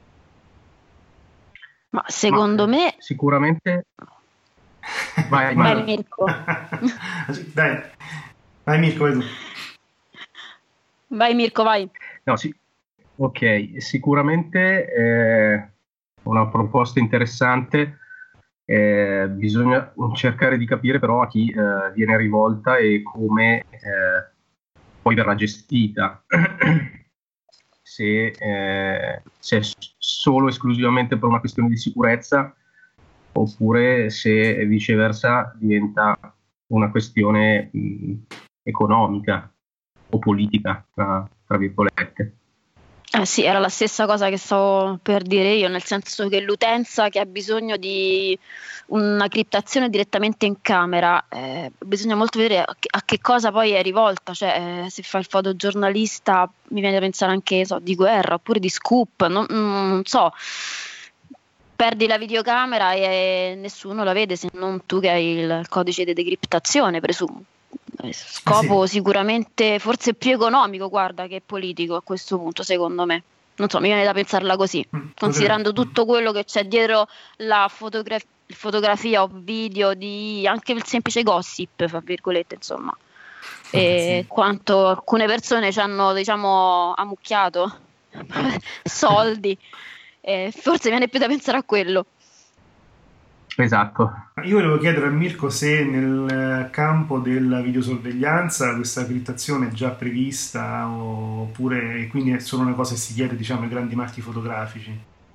Ma secondo me sicuramente vai Mirko. Dai, vai Mirko, vai tu. Vai Mirko, vai. No, sì. Ok, sicuramente una proposta interessante. Bisogna cercare di capire però a chi viene rivolta e come poi verrà gestita. Se è solo esclusivamente per una questione di sicurezza, oppure se viceversa diventa una questione economica o politica, tra virgolette. Sì, era la stessa cosa che stavo per dire io, nel senso che l'utenza che ha bisogno di una criptazione direttamente in camera, bisogna molto vedere a che cosa poi è rivolta, cioè se fa il fotogiornalista mi viene da pensare anche di guerra oppure di scoop, non so, perdi la videocamera e nessuno la vede se non tu che hai il codice di decriptazione, presumo. Scopo sicuramente forse più economico, guarda, che politico a questo punto, secondo me. Non so, mi viene da pensarla così, considerando tutto quello che c'è dietro la fotografia o video, di anche il semplice gossip, fra virgolette, insomma. E quanto alcune persone ci hanno, diciamo, ammucchiato soldi, forse mi viene più da pensare a quello. Esatto. Io volevo chiedere a Mirko se nel campo della videosorveglianza questa criptazione è già prevista, oppure quindi è solo una cosa che si chiede, diciamo, ai grandi marchi fotografici.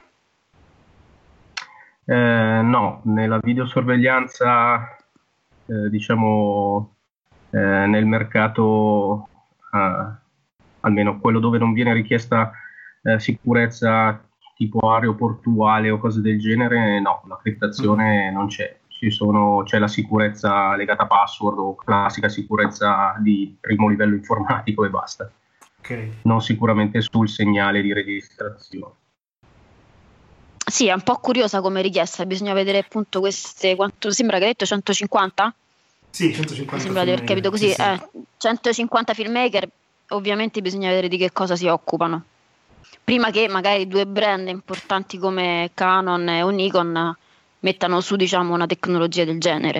No, nella videosorveglianza diciamo nel mercato almeno quello dove non viene richiesta sicurezza tipo aeroportuale o cose del genere, no, la criptazione non c'è. C'è la sicurezza legata a password o classica sicurezza di primo livello informatico e basta. Okay. Non sicuramente sul segnale di registrazione. Sì, è un po' curiosa come richiesta, bisogna vedere appunto queste, quanto sembra che hai detto, 150? Sì, 150. Mi sembra di aver capito così, sì. 150 filmmaker, ovviamente bisogna vedere di che cosa si occupano. Prima che magari due brand importanti come Canon o Nikon mettano su, diciamo, una tecnologia del genere,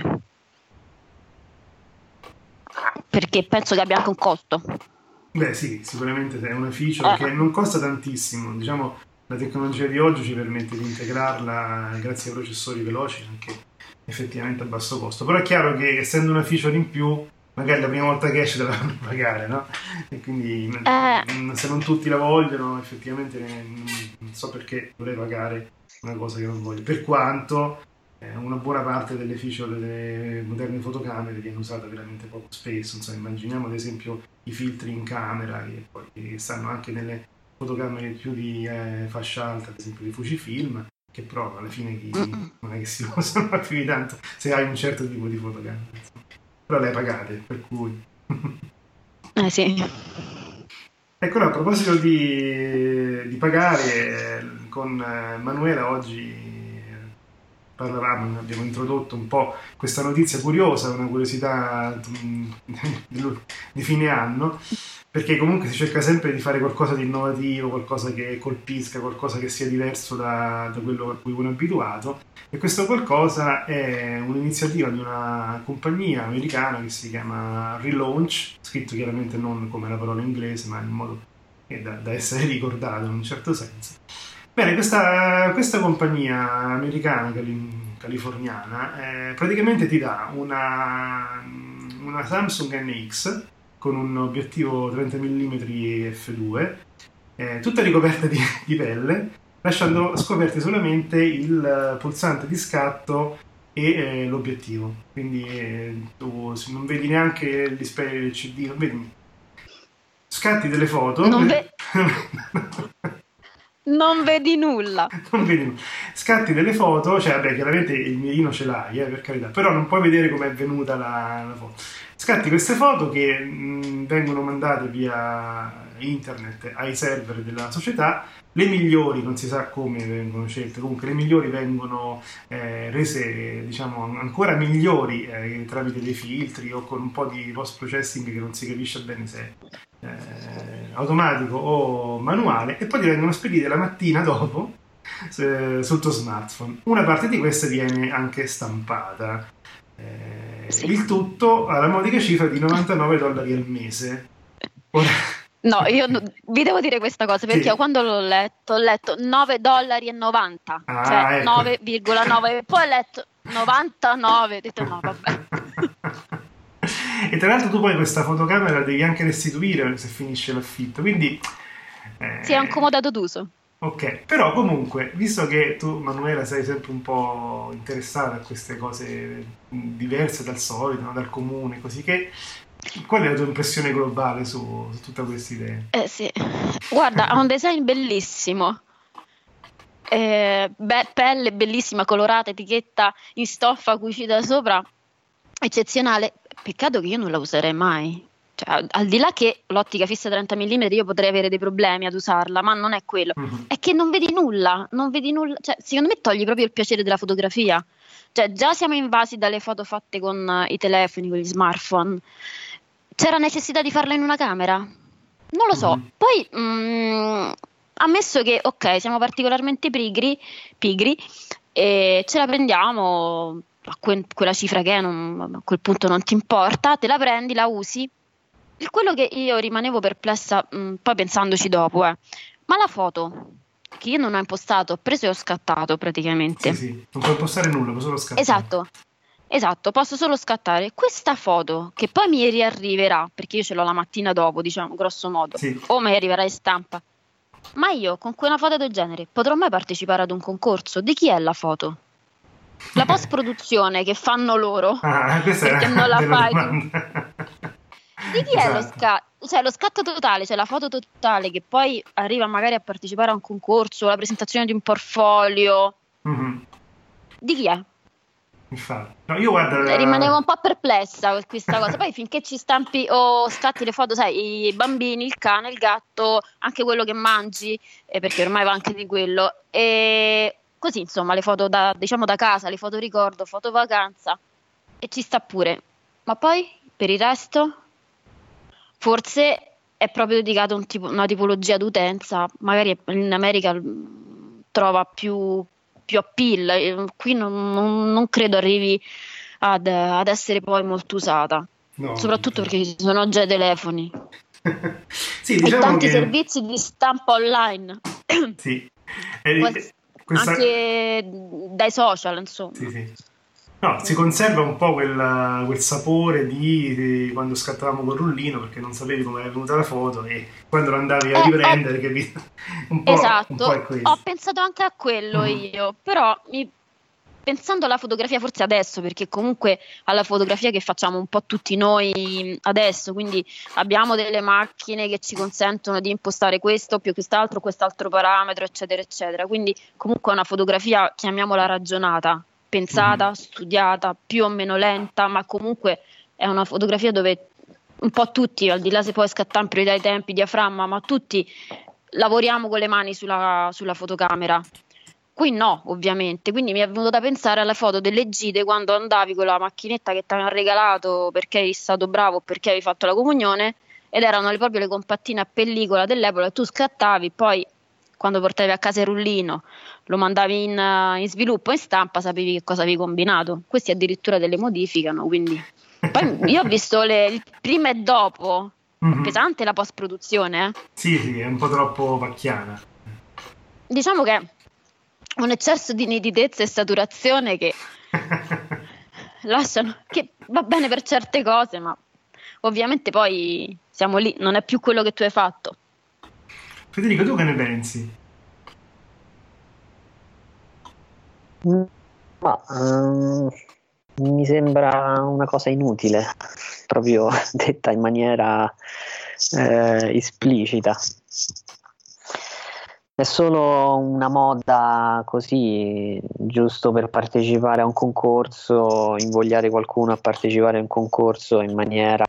perché penso che abbia anche un costo. Beh sì, sicuramente è una feature che non costa tantissimo, diciamo, la tecnologia di oggi ci permette di integrarla grazie ai processori veloci anche effettivamente a basso costo, però è chiaro che essendo una feature in più magari la prima volta che esce te la fanno pagare, no? E quindi se non tutti la vogliono, effettivamente non so perché dovrei pagare una cosa che non voglio, per quanto una buona parte delle feature delle moderne fotocamere viene usata veramente poco spesso. Insomma, immaginiamo ad esempio i filtri in camera che stanno anche nelle fotocamere più di fascia alta, ad esempio di Fujifilm, che però alla fine non è che si usano più di tanto se hai un certo tipo di fotocamera, insomma. Però le hai pagate, per cui sì. Ecco, a proposito di pagare, con Manuela oggi abbiamo introdotto un po' questa notizia curiosa, una curiosità di fine anno, perché comunque si cerca sempre di fare qualcosa di innovativo, qualcosa che colpisca, qualcosa che sia diverso da quello a cui uno è abituato, e questo qualcosa è un'iniziativa di una compagnia americana che si chiama Relaunch, scritto chiaramente non come la parola inglese, ma in modo da essere ricordato in un certo senso. Bene, questa compagnia americana californiana praticamente ti dà una Samsung NX con un obiettivo 30 mm f2, tutta ricoperta di pelle, lasciando scoperti solamente il pulsante di scatto e l'obiettivo. Quindi tu non vedi neanche il display del CD, non vedi, scatti delle foto. Non vedi nulla. Scatti delle foto, cioè vabbè, chiaramente il mirino ce l'hai, per carità, però non puoi vedere com'è venuta la foto. Scatti queste foto che vengono mandate via internet ai server della società. Le migliori non si sa come vengono scelte, comunque le migliori vengono rese, diciamo, ancora migliori tramite dei filtri o con un po' di post processing che non si capisce bene se automatico o manuale, e poi ti vengono spedite la mattina dopo sul tuo smartphone. Una parte di queste viene anche stampata, il tutto alla modica cifra di $99 al mese. Ora, no, io vi devo dire questa cosa, perché io quando l'ho letto ho letto $9,90, cioè ecco. 9,9, poi ho letto 99, ho detto no, vabbè. E tra l'altro tu poi questa fotocamera la devi anche restituire se finisce l'affitto, quindi si è incomodato d'uso. Ok, però comunque, visto che tu, Manuela, sei sempre un po' interessata a queste cose diverse dal solito, no? Dal comune, così, che qual è la tua impressione globale su tutta questa idea? Sì, guarda, ha un design bellissimo. Pelle bellissima, colorata, etichetta in stoffa cucita sopra, eccezionale. Peccato che io non la userei mai, cioè, al di là che l'ottica fissa 30 mm io potrei avere dei problemi ad usarla, ma non è quello, è che non vedi nulla, cioè, secondo me togli proprio il piacere della fotografia. Cioè, già siamo invasi dalle foto fatte con i telefoni, con gli smartphone, c'era necessità di farla in una camera? Non lo so. Poi ammesso che ok, siamo particolarmente pigri e ce la prendiamo a quella cifra che è, a quel punto non ti importa, te la prendi, la usi. Quello che io rimanevo perplessa, poi pensandoci dopo, ma la foto che io non ho impostato, ho preso e ho scattato praticamente. Sì, non puoi impostare nulla, puoi solo scattare. Esatto, posso solo scattare questa foto che poi mi riarriverà, perché io ce l'ho la mattina dopo, diciamo, grosso modo, o mi arriverà in stampa. Ma io con quella foto del genere potrò mai partecipare ad un concorso? Di chi è la foto? La post produzione che fanno loro, perché non la fai tu. Di chi è lo scatto? Cioè lo scatto totale, cioè la foto totale che poi arriva magari a partecipare a un concorso, la presentazione di un portfolio. Di chi è? Infatti. No, io guarda, rimanevo un po' perplessa con questa cosa. Poi finché ci stampi o scatti le foto, sai, i bambini, il cane, il gatto, anche quello che mangi, perché ormai va anche di quello, e così insomma le foto da casa, le foto ricordo, foto vacanza, e ci sta pure. Ma poi per il resto forse è proprio dedicato a una tipologia d'utenza, magari in America trova più appeal, qui non credo arrivi ad essere poi molto usata, soprattutto perché ci sono già i telefoni sì, diciamo, e tanti servizi di stampa online sì. Anche dai social, insomma. Sì. No, si conserva un po' quel sapore di quando scattavamo col rullino, perché non sapevi come era venuta la foto e quando lo andavi a riprendere, capito? Un po', esatto, un po' è questo. ho pensato anche a quello io, però pensando alla fotografia forse adesso, perché comunque alla fotografia che facciamo un po' tutti noi adesso, quindi abbiamo delle macchine che ci consentono di impostare questo più quest'altro parametro, eccetera, eccetera, quindi comunque è una fotografia, chiamiamola ragionata, pensata, studiata, più o meno lenta, ma comunque è una fotografia dove un po' tutti, al di là se poi scattare priorità ai tempi, diaframma, ma tutti lavoriamo con le mani sulla fotocamera. Qui no, ovviamente, quindi mi è venuto da pensare alle foto delle gite quando andavi con la macchinetta che ti avevano regalato perché eri stato bravo o perché avevi fatto la comunione, ed erano proprio le compattine a pellicola dell'epoca, e tu scattavi, poi quando portavi a casa il rullino lo mandavi in sviluppo, in stampa, sapevi che cosa avevi combinato. Questi addirittura te le modificano, quindi poi io ho visto il prima e dopo, pesante la post produzione. Sì, è un po' troppo pacchiana. Diciamo che un eccesso di nitidezza e saturazione che lasciano, che va bene per certe cose, ma ovviamente poi siamo lì, non è più quello che tu hai fatto. Federico, tu che ne pensi? Ma mi sembra una cosa inutile, proprio detta in maniera esplicita. È solo una moda così, giusto per partecipare a un concorso, invogliare qualcuno a partecipare a un concorso in maniera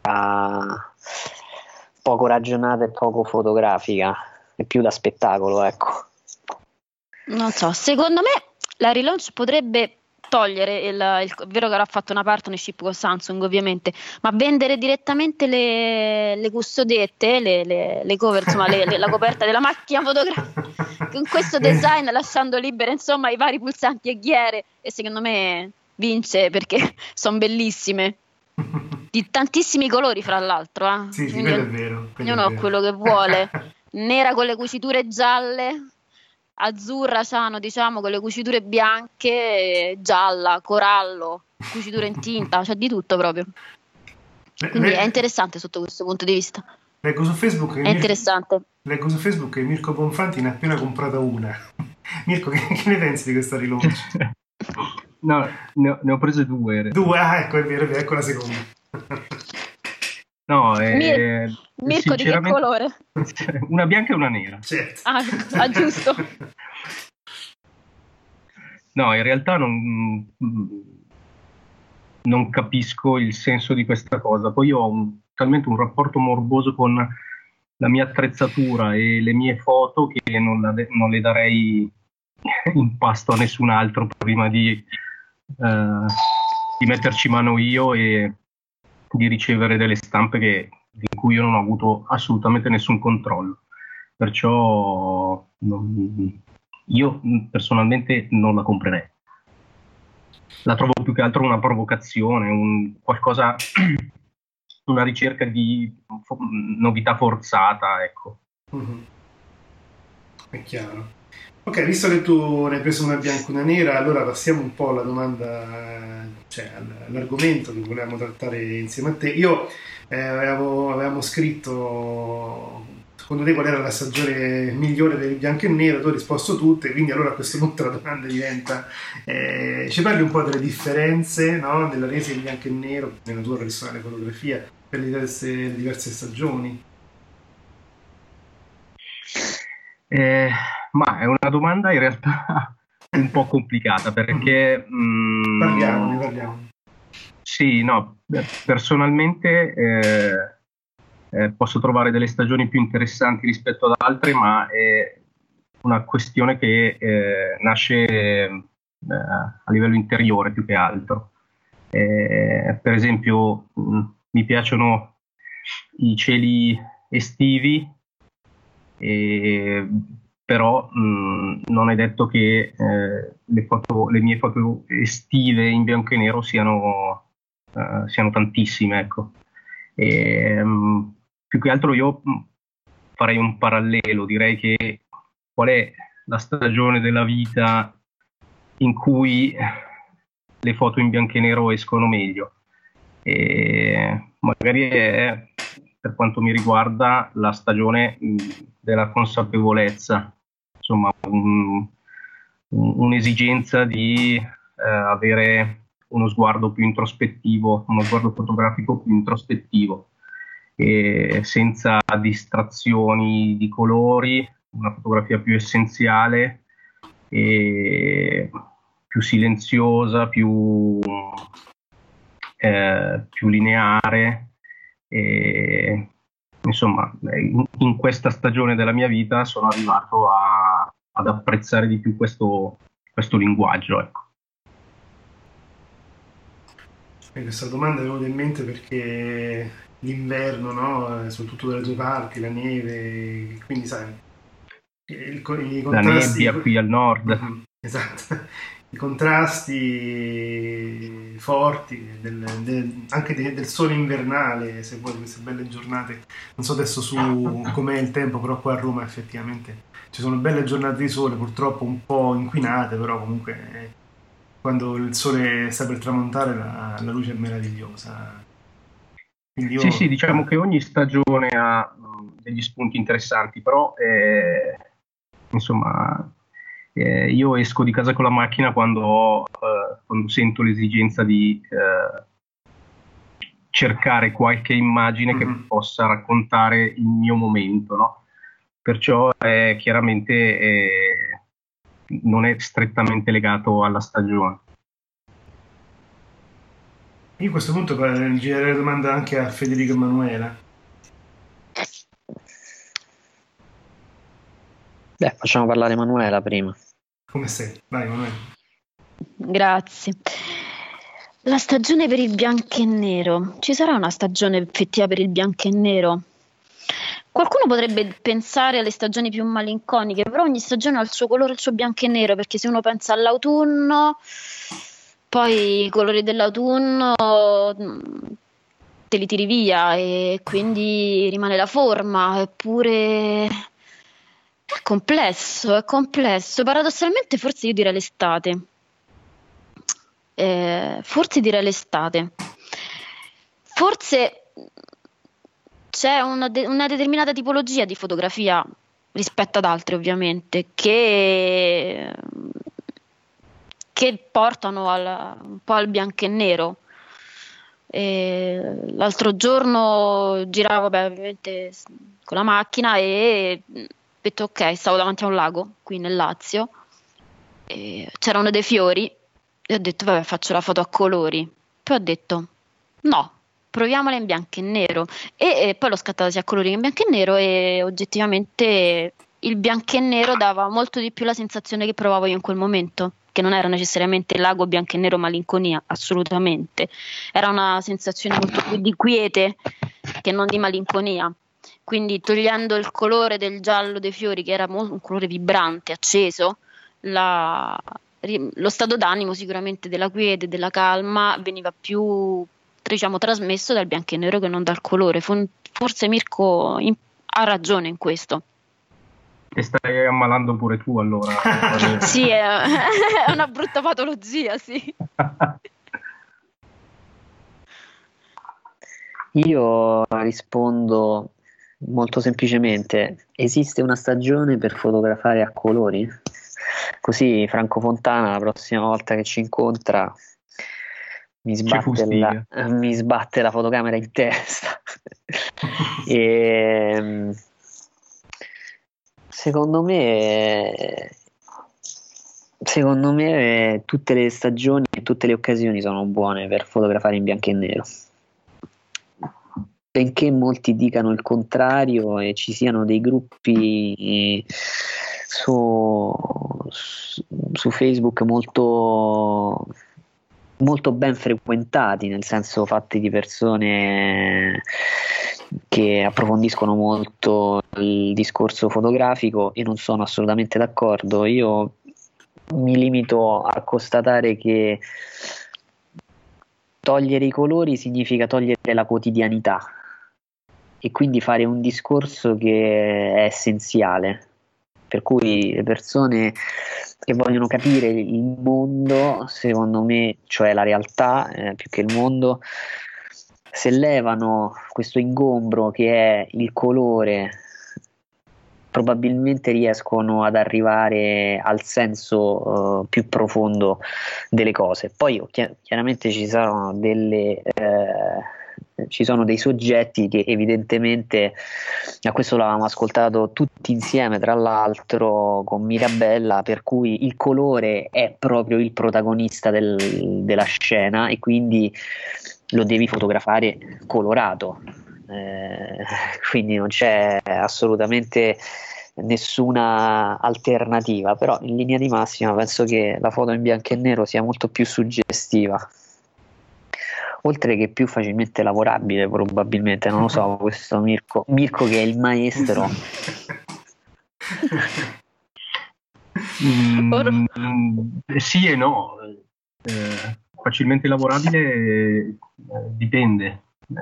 poco ragionata e poco fotografica. È più da spettacolo, ecco. Non so, secondo me la relaunch potrebbe togliere è vero che avrà fatto una partnership con Samsung ovviamente, ma vendere direttamente le custodette, le cover, insomma la coperta della macchina fotografica con questo design, lasciando libere insomma i vari pulsanti e ghiere, e secondo me vince perché sono bellissime, di tantissimi colori fra l'altro. Sì, quello è vero. Ognuno ha quello che vuole, nera con le cuciture gialle, azzurra c'hanno, diciamo, con le cuciture bianche, gialla, corallo, cuciture in tinta, c'è di tutto proprio. Quindi è interessante sotto questo punto di vista. Leggo su Facebook che Mirko Bonfanti ne ha appena comprata una. Mirko, che ne pensi di questa relaunch? No, ne ho prese due. Due? Ecco, è vero, ecco la seconda. No, Mirko di che colore? Una bianca e una nera. Certo. Ah, giusto. No, in realtà non capisco il senso di questa cosa. Poi ho talmente un rapporto morboso con la mia attrezzatura e le mie foto che non le darei in pasto a nessun altro prima di metterci mano io e di ricevere delle stampe di cui io non ho avuto assolutamente nessun controllo. Perciò io personalmente non la comprerei. La trovo più che altro una provocazione, qualcosa, una ricerca di novità forzata, ecco. È chiaro. Ok, visto che tu ne hai preso una bianca e una nera, allora passiamo un po' alla domanda, cioè all'argomento che volevamo trattare insieme a te. Io avevamo scritto, secondo te qual era la stagione migliore del bianco e nero, tu hai risposto tutte, quindi allora a questo punto la domanda diventa, ci parli un po' delle differenze, no, della resa in bianco e nero nella tua personale fotografia per le diverse stagioni? Ma è una domanda in realtà un po' complicata perché parliamo. Sì, no, personalmente posso trovare delle stagioni più interessanti rispetto ad altre, ma è una questione che nasce a livello interiore più che altro. Per esempio, mi piacciono i cieli estivi, però non è detto che le mie foto estive in bianco e nero siano tantissime, ecco. Più che altro io farei un parallelo, direi che qual è la stagione della vita in cui le foto in bianco e nero escono meglio. E magari è, per quanto mi riguarda, la stagione della consapevolezza, insomma un'esigenza di avere uno sguardo più introspettivo, uno sguardo fotografico più introspettivo, e senza distrazioni di colori, una fotografia più essenziale e più silenziosa, più lineare. E, insomma, in questa stagione della mia vita sono arrivato ad apprezzare di più questo linguaggio, ecco. Questa domanda è venuta in mente perché l'inverno, no? Soprattutto dalle tue parti, la neve, quindi sai, i contrasti, la nebbia qui al nord. Esatto, i contrasti forti anche del sole invernale, se vuoi, queste belle giornate. Non so adesso com'è il tempo, però qua a Roma effettivamente ci sono belle giornate di sole, purtroppo un po' inquinate, però comunque quando il sole sta per tramontare la luce è meravigliosa. Quindi Sì, diciamo che ogni stagione ha degli spunti interessanti, però insomma io esco di casa con la macchina quando sento l'esigenza di cercare qualche immagine che possa raccontare il mio momento, no? Perciò chiaramente non è strettamente legato alla stagione. Io a questo punto girerei la domanda anche a Federico e Manuela. Facciamo parlare Manuela prima. Come sei? Vai Manuela. Grazie. La stagione per il bianco e nero. Ci sarà una stagione effettiva per il bianco e nero? Qualcuno potrebbe pensare alle stagioni più malinconiche, però ogni stagione ha il suo colore, il suo bianco e nero, perché se uno pensa all'autunno, poi i colori dell'autunno te li tiri via e quindi rimane la forma, eppure è complesso. Paradossalmente forse io direi l'estate. Forse c'è una determinata tipologia di fotografia rispetto ad altre, ovviamente, che portano un po' al bianco e nero. L'altro giorno giravo ovviamente con la macchina e ho detto ok, stavo davanti a un lago qui nel Lazio, c'erano dei fiori e ho detto vabbè, faccio la foto a colori. Poi ho detto no, proviamola in bianco e nero, e poi l'ho scattata sia a colori che in bianco e nero, e oggettivamente il bianco e nero dava molto di più la sensazione che provavo io in quel momento, che non era necessariamente lago bianco e nero malinconia, assolutamente, era una sensazione molto più di quiete che non di malinconia. Quindi togliendo il colore del giallo dei fiori, che era un colore vibrante, acceso, lo stato d'animo sicuramente della quiete, della calma, veniva più, diciamo, trasmesso dal bianco e nero che non dal colore. Forse Mirko ha ragione in questo. E stai ammalando pure tu, allora. Sì, è una brutta patologia, sì. Io rispondo molto semplicemente: esiste una stagione per fotografare a colori? Così Franco Fontana la prossima volta che ci incontra mi sbatte la fotocamera in testa. Secondo me tutte le stagioni e tutte le occasioni sono buone per fotografare in bianco e nero, benché molti dicano il contrario e ci siano dei gruppi su Facebook molto ben frequentati, nel senso fatti di persone che approfondiscono molto il discorso fotografico. Io non sono assolutamente d'accordo. Io mi limito a constatare che togliere i colori significa togliere la quotidianità, e quindi fare un discorso che è essenziale per cui le persone che vogliono capire il mondo, secondo me, cioè la realtà più che il mondo, se levano questo ingombro che è il colore, probabilmente riescono ad arrivare al senso più profondo delle cose. Poi chiaramente ci sono dei soggetti che evidentemente, a questo l'avevamo ascoltato tutti insieme tra l'altro con Mirabella, per cui il colore è proprio il protagonista della scena e quindi lo devi fotografare colorato, quindi non c'è assolutamente nessuna alternativa, però in linea di massima penso che la foto in bianco e nero sia molto più suggestiva, oltre che più facilmente lavorabile probabilmente, non lo so, questo Mirko che è il maestro. Sì e no, facilmente lavorabile dipende.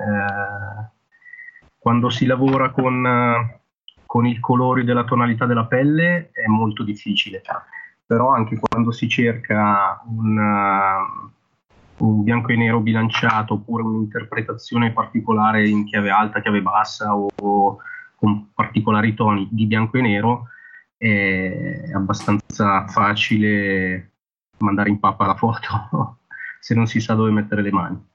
Quando si lavora con i colori della tonalità della pelle è molto difficile, però anche quando si cerca un bianco e nero bilanciato oppure un'interpretazione particolare in chiave alta, chiave bassa o con particolari toni di bianco e nero, è abbastanza facile mandare in pappa la foto se non si sa dove mettere le mani.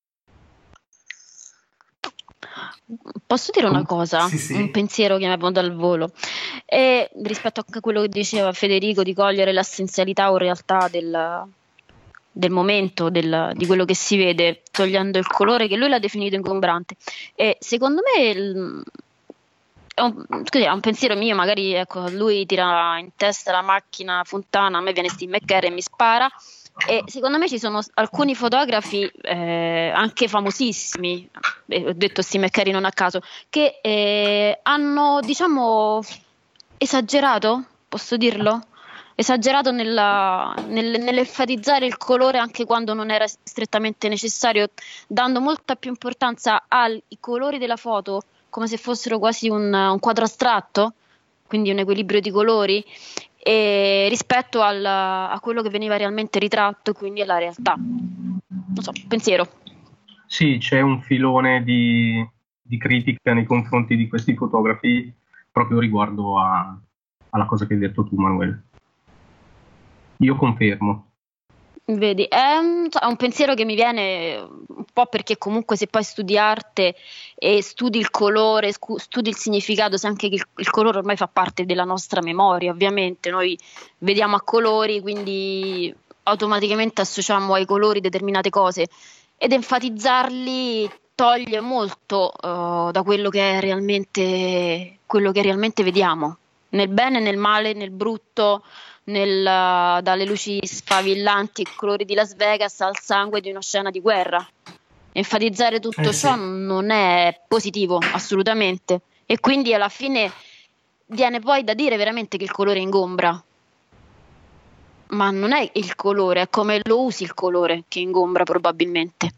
Posso dire una cosa? Sì. Un pensiero che mi è venuto al volo, e rispetto a quello che diceva Federico di cogliere l'essenzialità o realtà del momento, di quello che si vede, togliendo il colore che lui l'ha definito ingombrante. E secondo me è un pensiero mio, magari ecco, lui tira in testa la macchina Fontana, a me viene Steve McCurry e mi spara, e secondo me ci sono alcuni fotografi anche famosissimi, ho detto Steve McCurry non a caso, che hanno, diciamo, esagerato, posso dirlo? Esagerato nell'enfatizzare il colore anche quando non era strettamente necessario, dando molta più importanza ai colori della foto come se fossero quasi un quadro astratto, quindi un equilibrio di colori, e rispetto a quello che veniva realmente ritratto, quindi alla realtà. Non so, pensiero. Sì, c'è un filone di critica nei confronti di questi fotografi proprio riguardo alla cosa che hai detto tu, Manuel. Io confermo. Vedi, è un pensiero che mi viene un po' perché comunque se poi studi arte e studi il colore, studi il significato, sai anche che il colore ormai fa parte della nostra memoria, ovviamente noi vediamo a colori, quindi automaticamente associamo ai colori determinate cose, ed enfatizzarli toglie molto da quello che è realmente vediamo, nel bene, nel male, nel brutto, dalle luci sfavillanti e colori di Las Vegas al sangue di una scena di guerra. Enfatizzare tutto ciò non è positivo assolutamente, e quindi alla fine viene poi da dire veramente che il colore ingombra, ma non è il colore, è come lo usi il colore che ingombra probabilmente.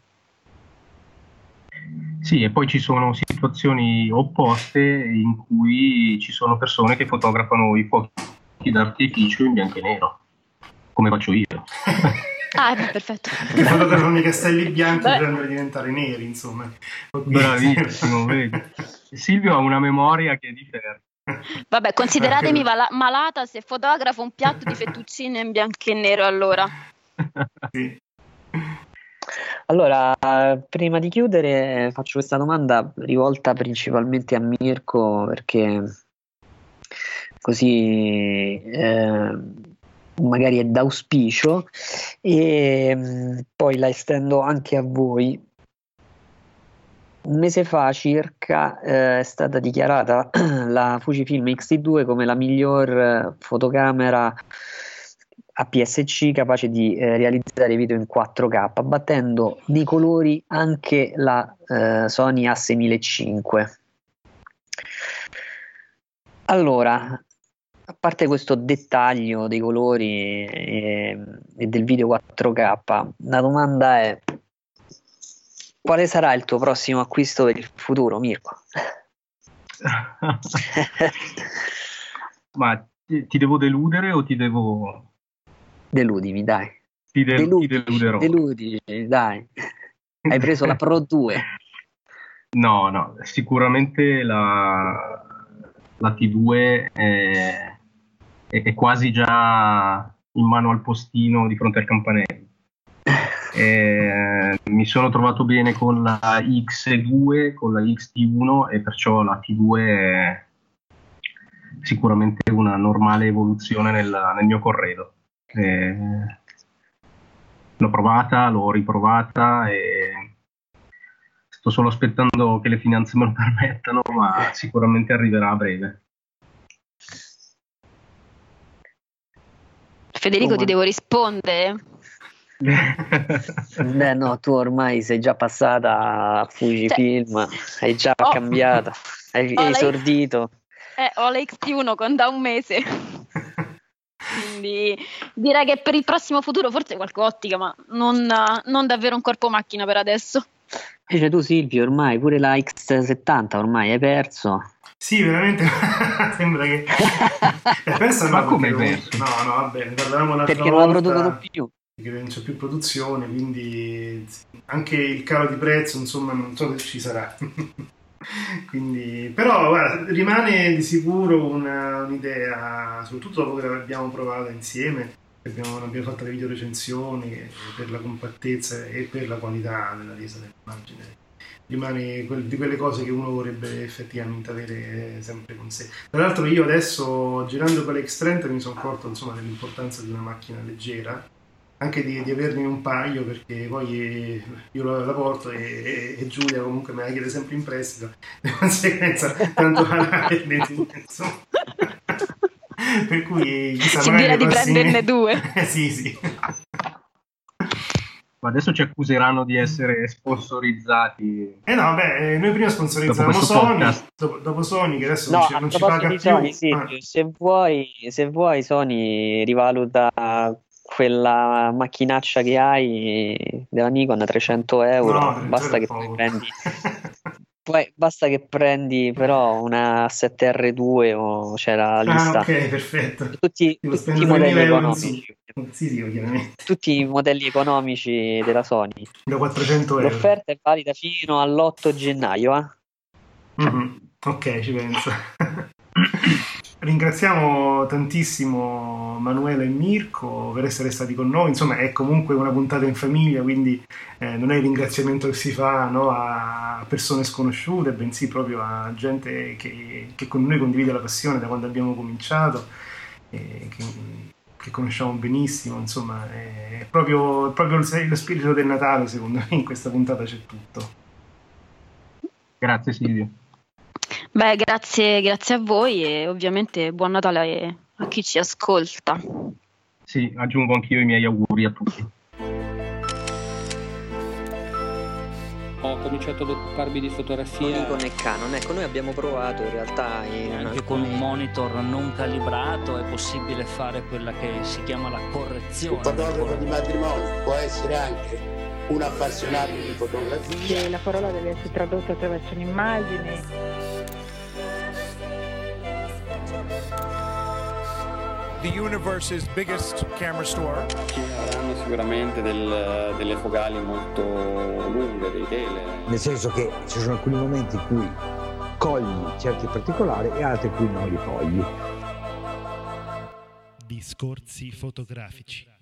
Sì, e poi ci sono situazioni opposte in cui ci sono persone che fotografano i fuochi d'artificio in bianco e nero, come faccio io. Perfetto. Che fotografano i castelli bianchi per diventare neri, insomma. Bravissimo, vedi. Silvio ha una memoria che è di ferro. Vabbè, consideratemi malata se fotografo un piatto di fettuccine in bianco e nero, allora. Sì. Allora, prima di chiudere faccio questa domanda rivolta principalmente a Mirko, perché così magari è d'auspicio, e poi la estendo anche a voi. Un mese fa circa è stata dichiarata la Fujifilm X-T2 come la miglior fotocamera APS-C capace di realizzare video in 4K, battendo nei colori anche la Sony A6005. Allora, a parte questo dettaglio dei colori e del video 4K, la domanda è: quale sarà il tuo prossimo acquisto per il futuro, Mirko? Ma Ti devo deludere o ti devo... Deludimi, dai. Ti deluderò. Deludi, dai. Hai preso la Pro 2. No, sicuramente la T2 è quasi già in mano al postino di fronte al campanello. Mi sono trovato bene con la X2, con la XT1 e perciò la T2 è sicuramente una normale evoluzione nel mio corredo. L'ho provata, l'ho riprovata e sto solo aspettando che le finanze me lo permettano, ma sicuramente arriverà a breve. Federico, ti devo rispondere? Beh no, tu ormai sei già passata a Fujifilm, hai già cambiato, hai esordito. Ho la XT1 da un mese. Quindi direi che per il prossimo futuro forse qualche ottica, ma non davvero un corpo macchina per adesso. Invece tu Silvio ormai pure la X70 ormai hai perso. Sì, veramente sembra che hai perso. Ma come hai perso? No, vabbè, ne parlavamo l'altra perché volta. Non la producono più. Perché non c'è più produzione, quindi anche il calo di prezzo, insomma, non so se ci sarà. Quindi, però guarda, rimane di sicuro un'idea, soprattutto dopo che l'abbiamo provata insieme, abbiamo fatto le video recensioni per la compattezza e per la qualità della resa dell'immagine. Rimane di quelle cose che uno vorrebbe effettivamente avere sempre con sé. Tra l'altro io adesso, girando con l'X30, mi sono accorto insomma dell'importanza di una macchina leggera, anche di averne un paio, perché poi io la porto e Giulia comunque me la chiede sempre in prestito, di conseguenza tanto la insomma. Per cui chissà, ci dirà di prenderne due. Sì. Ma adesso ci accuseranno di essere sponsorizzati. No, beh, noi prima sponsorizzavamo Sony, dopo Sony, che adesso non ci paga più. Sony, se vuoi Sony rivaluta quella macchinaccia che hai della Nikon a 300 euro. No, basta che prendi. Basta che prendi però una 7R2 o c'è la lista. Ok, perfetto. Tutti i modelli economici. Sì, ovviamente. Tutti i modelli economici della Sony. Da 400 euro. L'offerta è valida fino all'8 gennaio. Ok, ci penso. Ringraziamo tantissimo Manuela e Mirko per essere stati con noi. Insomma, è comunque una puntata in famiglia, quindi non è il ringraziamento che si fa, no, a persone sconosciute, bensì proprio a gente che con noi condivide la passione da quando abbiamo cominciato, che conosciamo benissimo. Insomma, è proprio lo spirito del Natale, secondo me, in questa puntata c'è tutto. Grazie Silvio. Beh, grazie a voi e ovviamente buon Natale a chi ci ascolta. Sì, aggiungo anch'io i miei auguri a tutti. Ho cominciato ad occuparmi di fotografia. Nikon e Canon, ecco, noi abbiamo provato in realtà anche con un monitor non calibrato è possibile fare quella che si chiama la correzione. Un fotografo di matrimonio può essere anche un appassionato di fotografia. La parola deve essere tradotta attraverso un'immagine. The universe's biggest camera store. Ci avranno sicuramente delle focali molto lunghe, dei tele. Nel senso che ci sono alcuni momenti in cui cogli certi particolari e altri in cui non li cogli. Discorsi fotografici.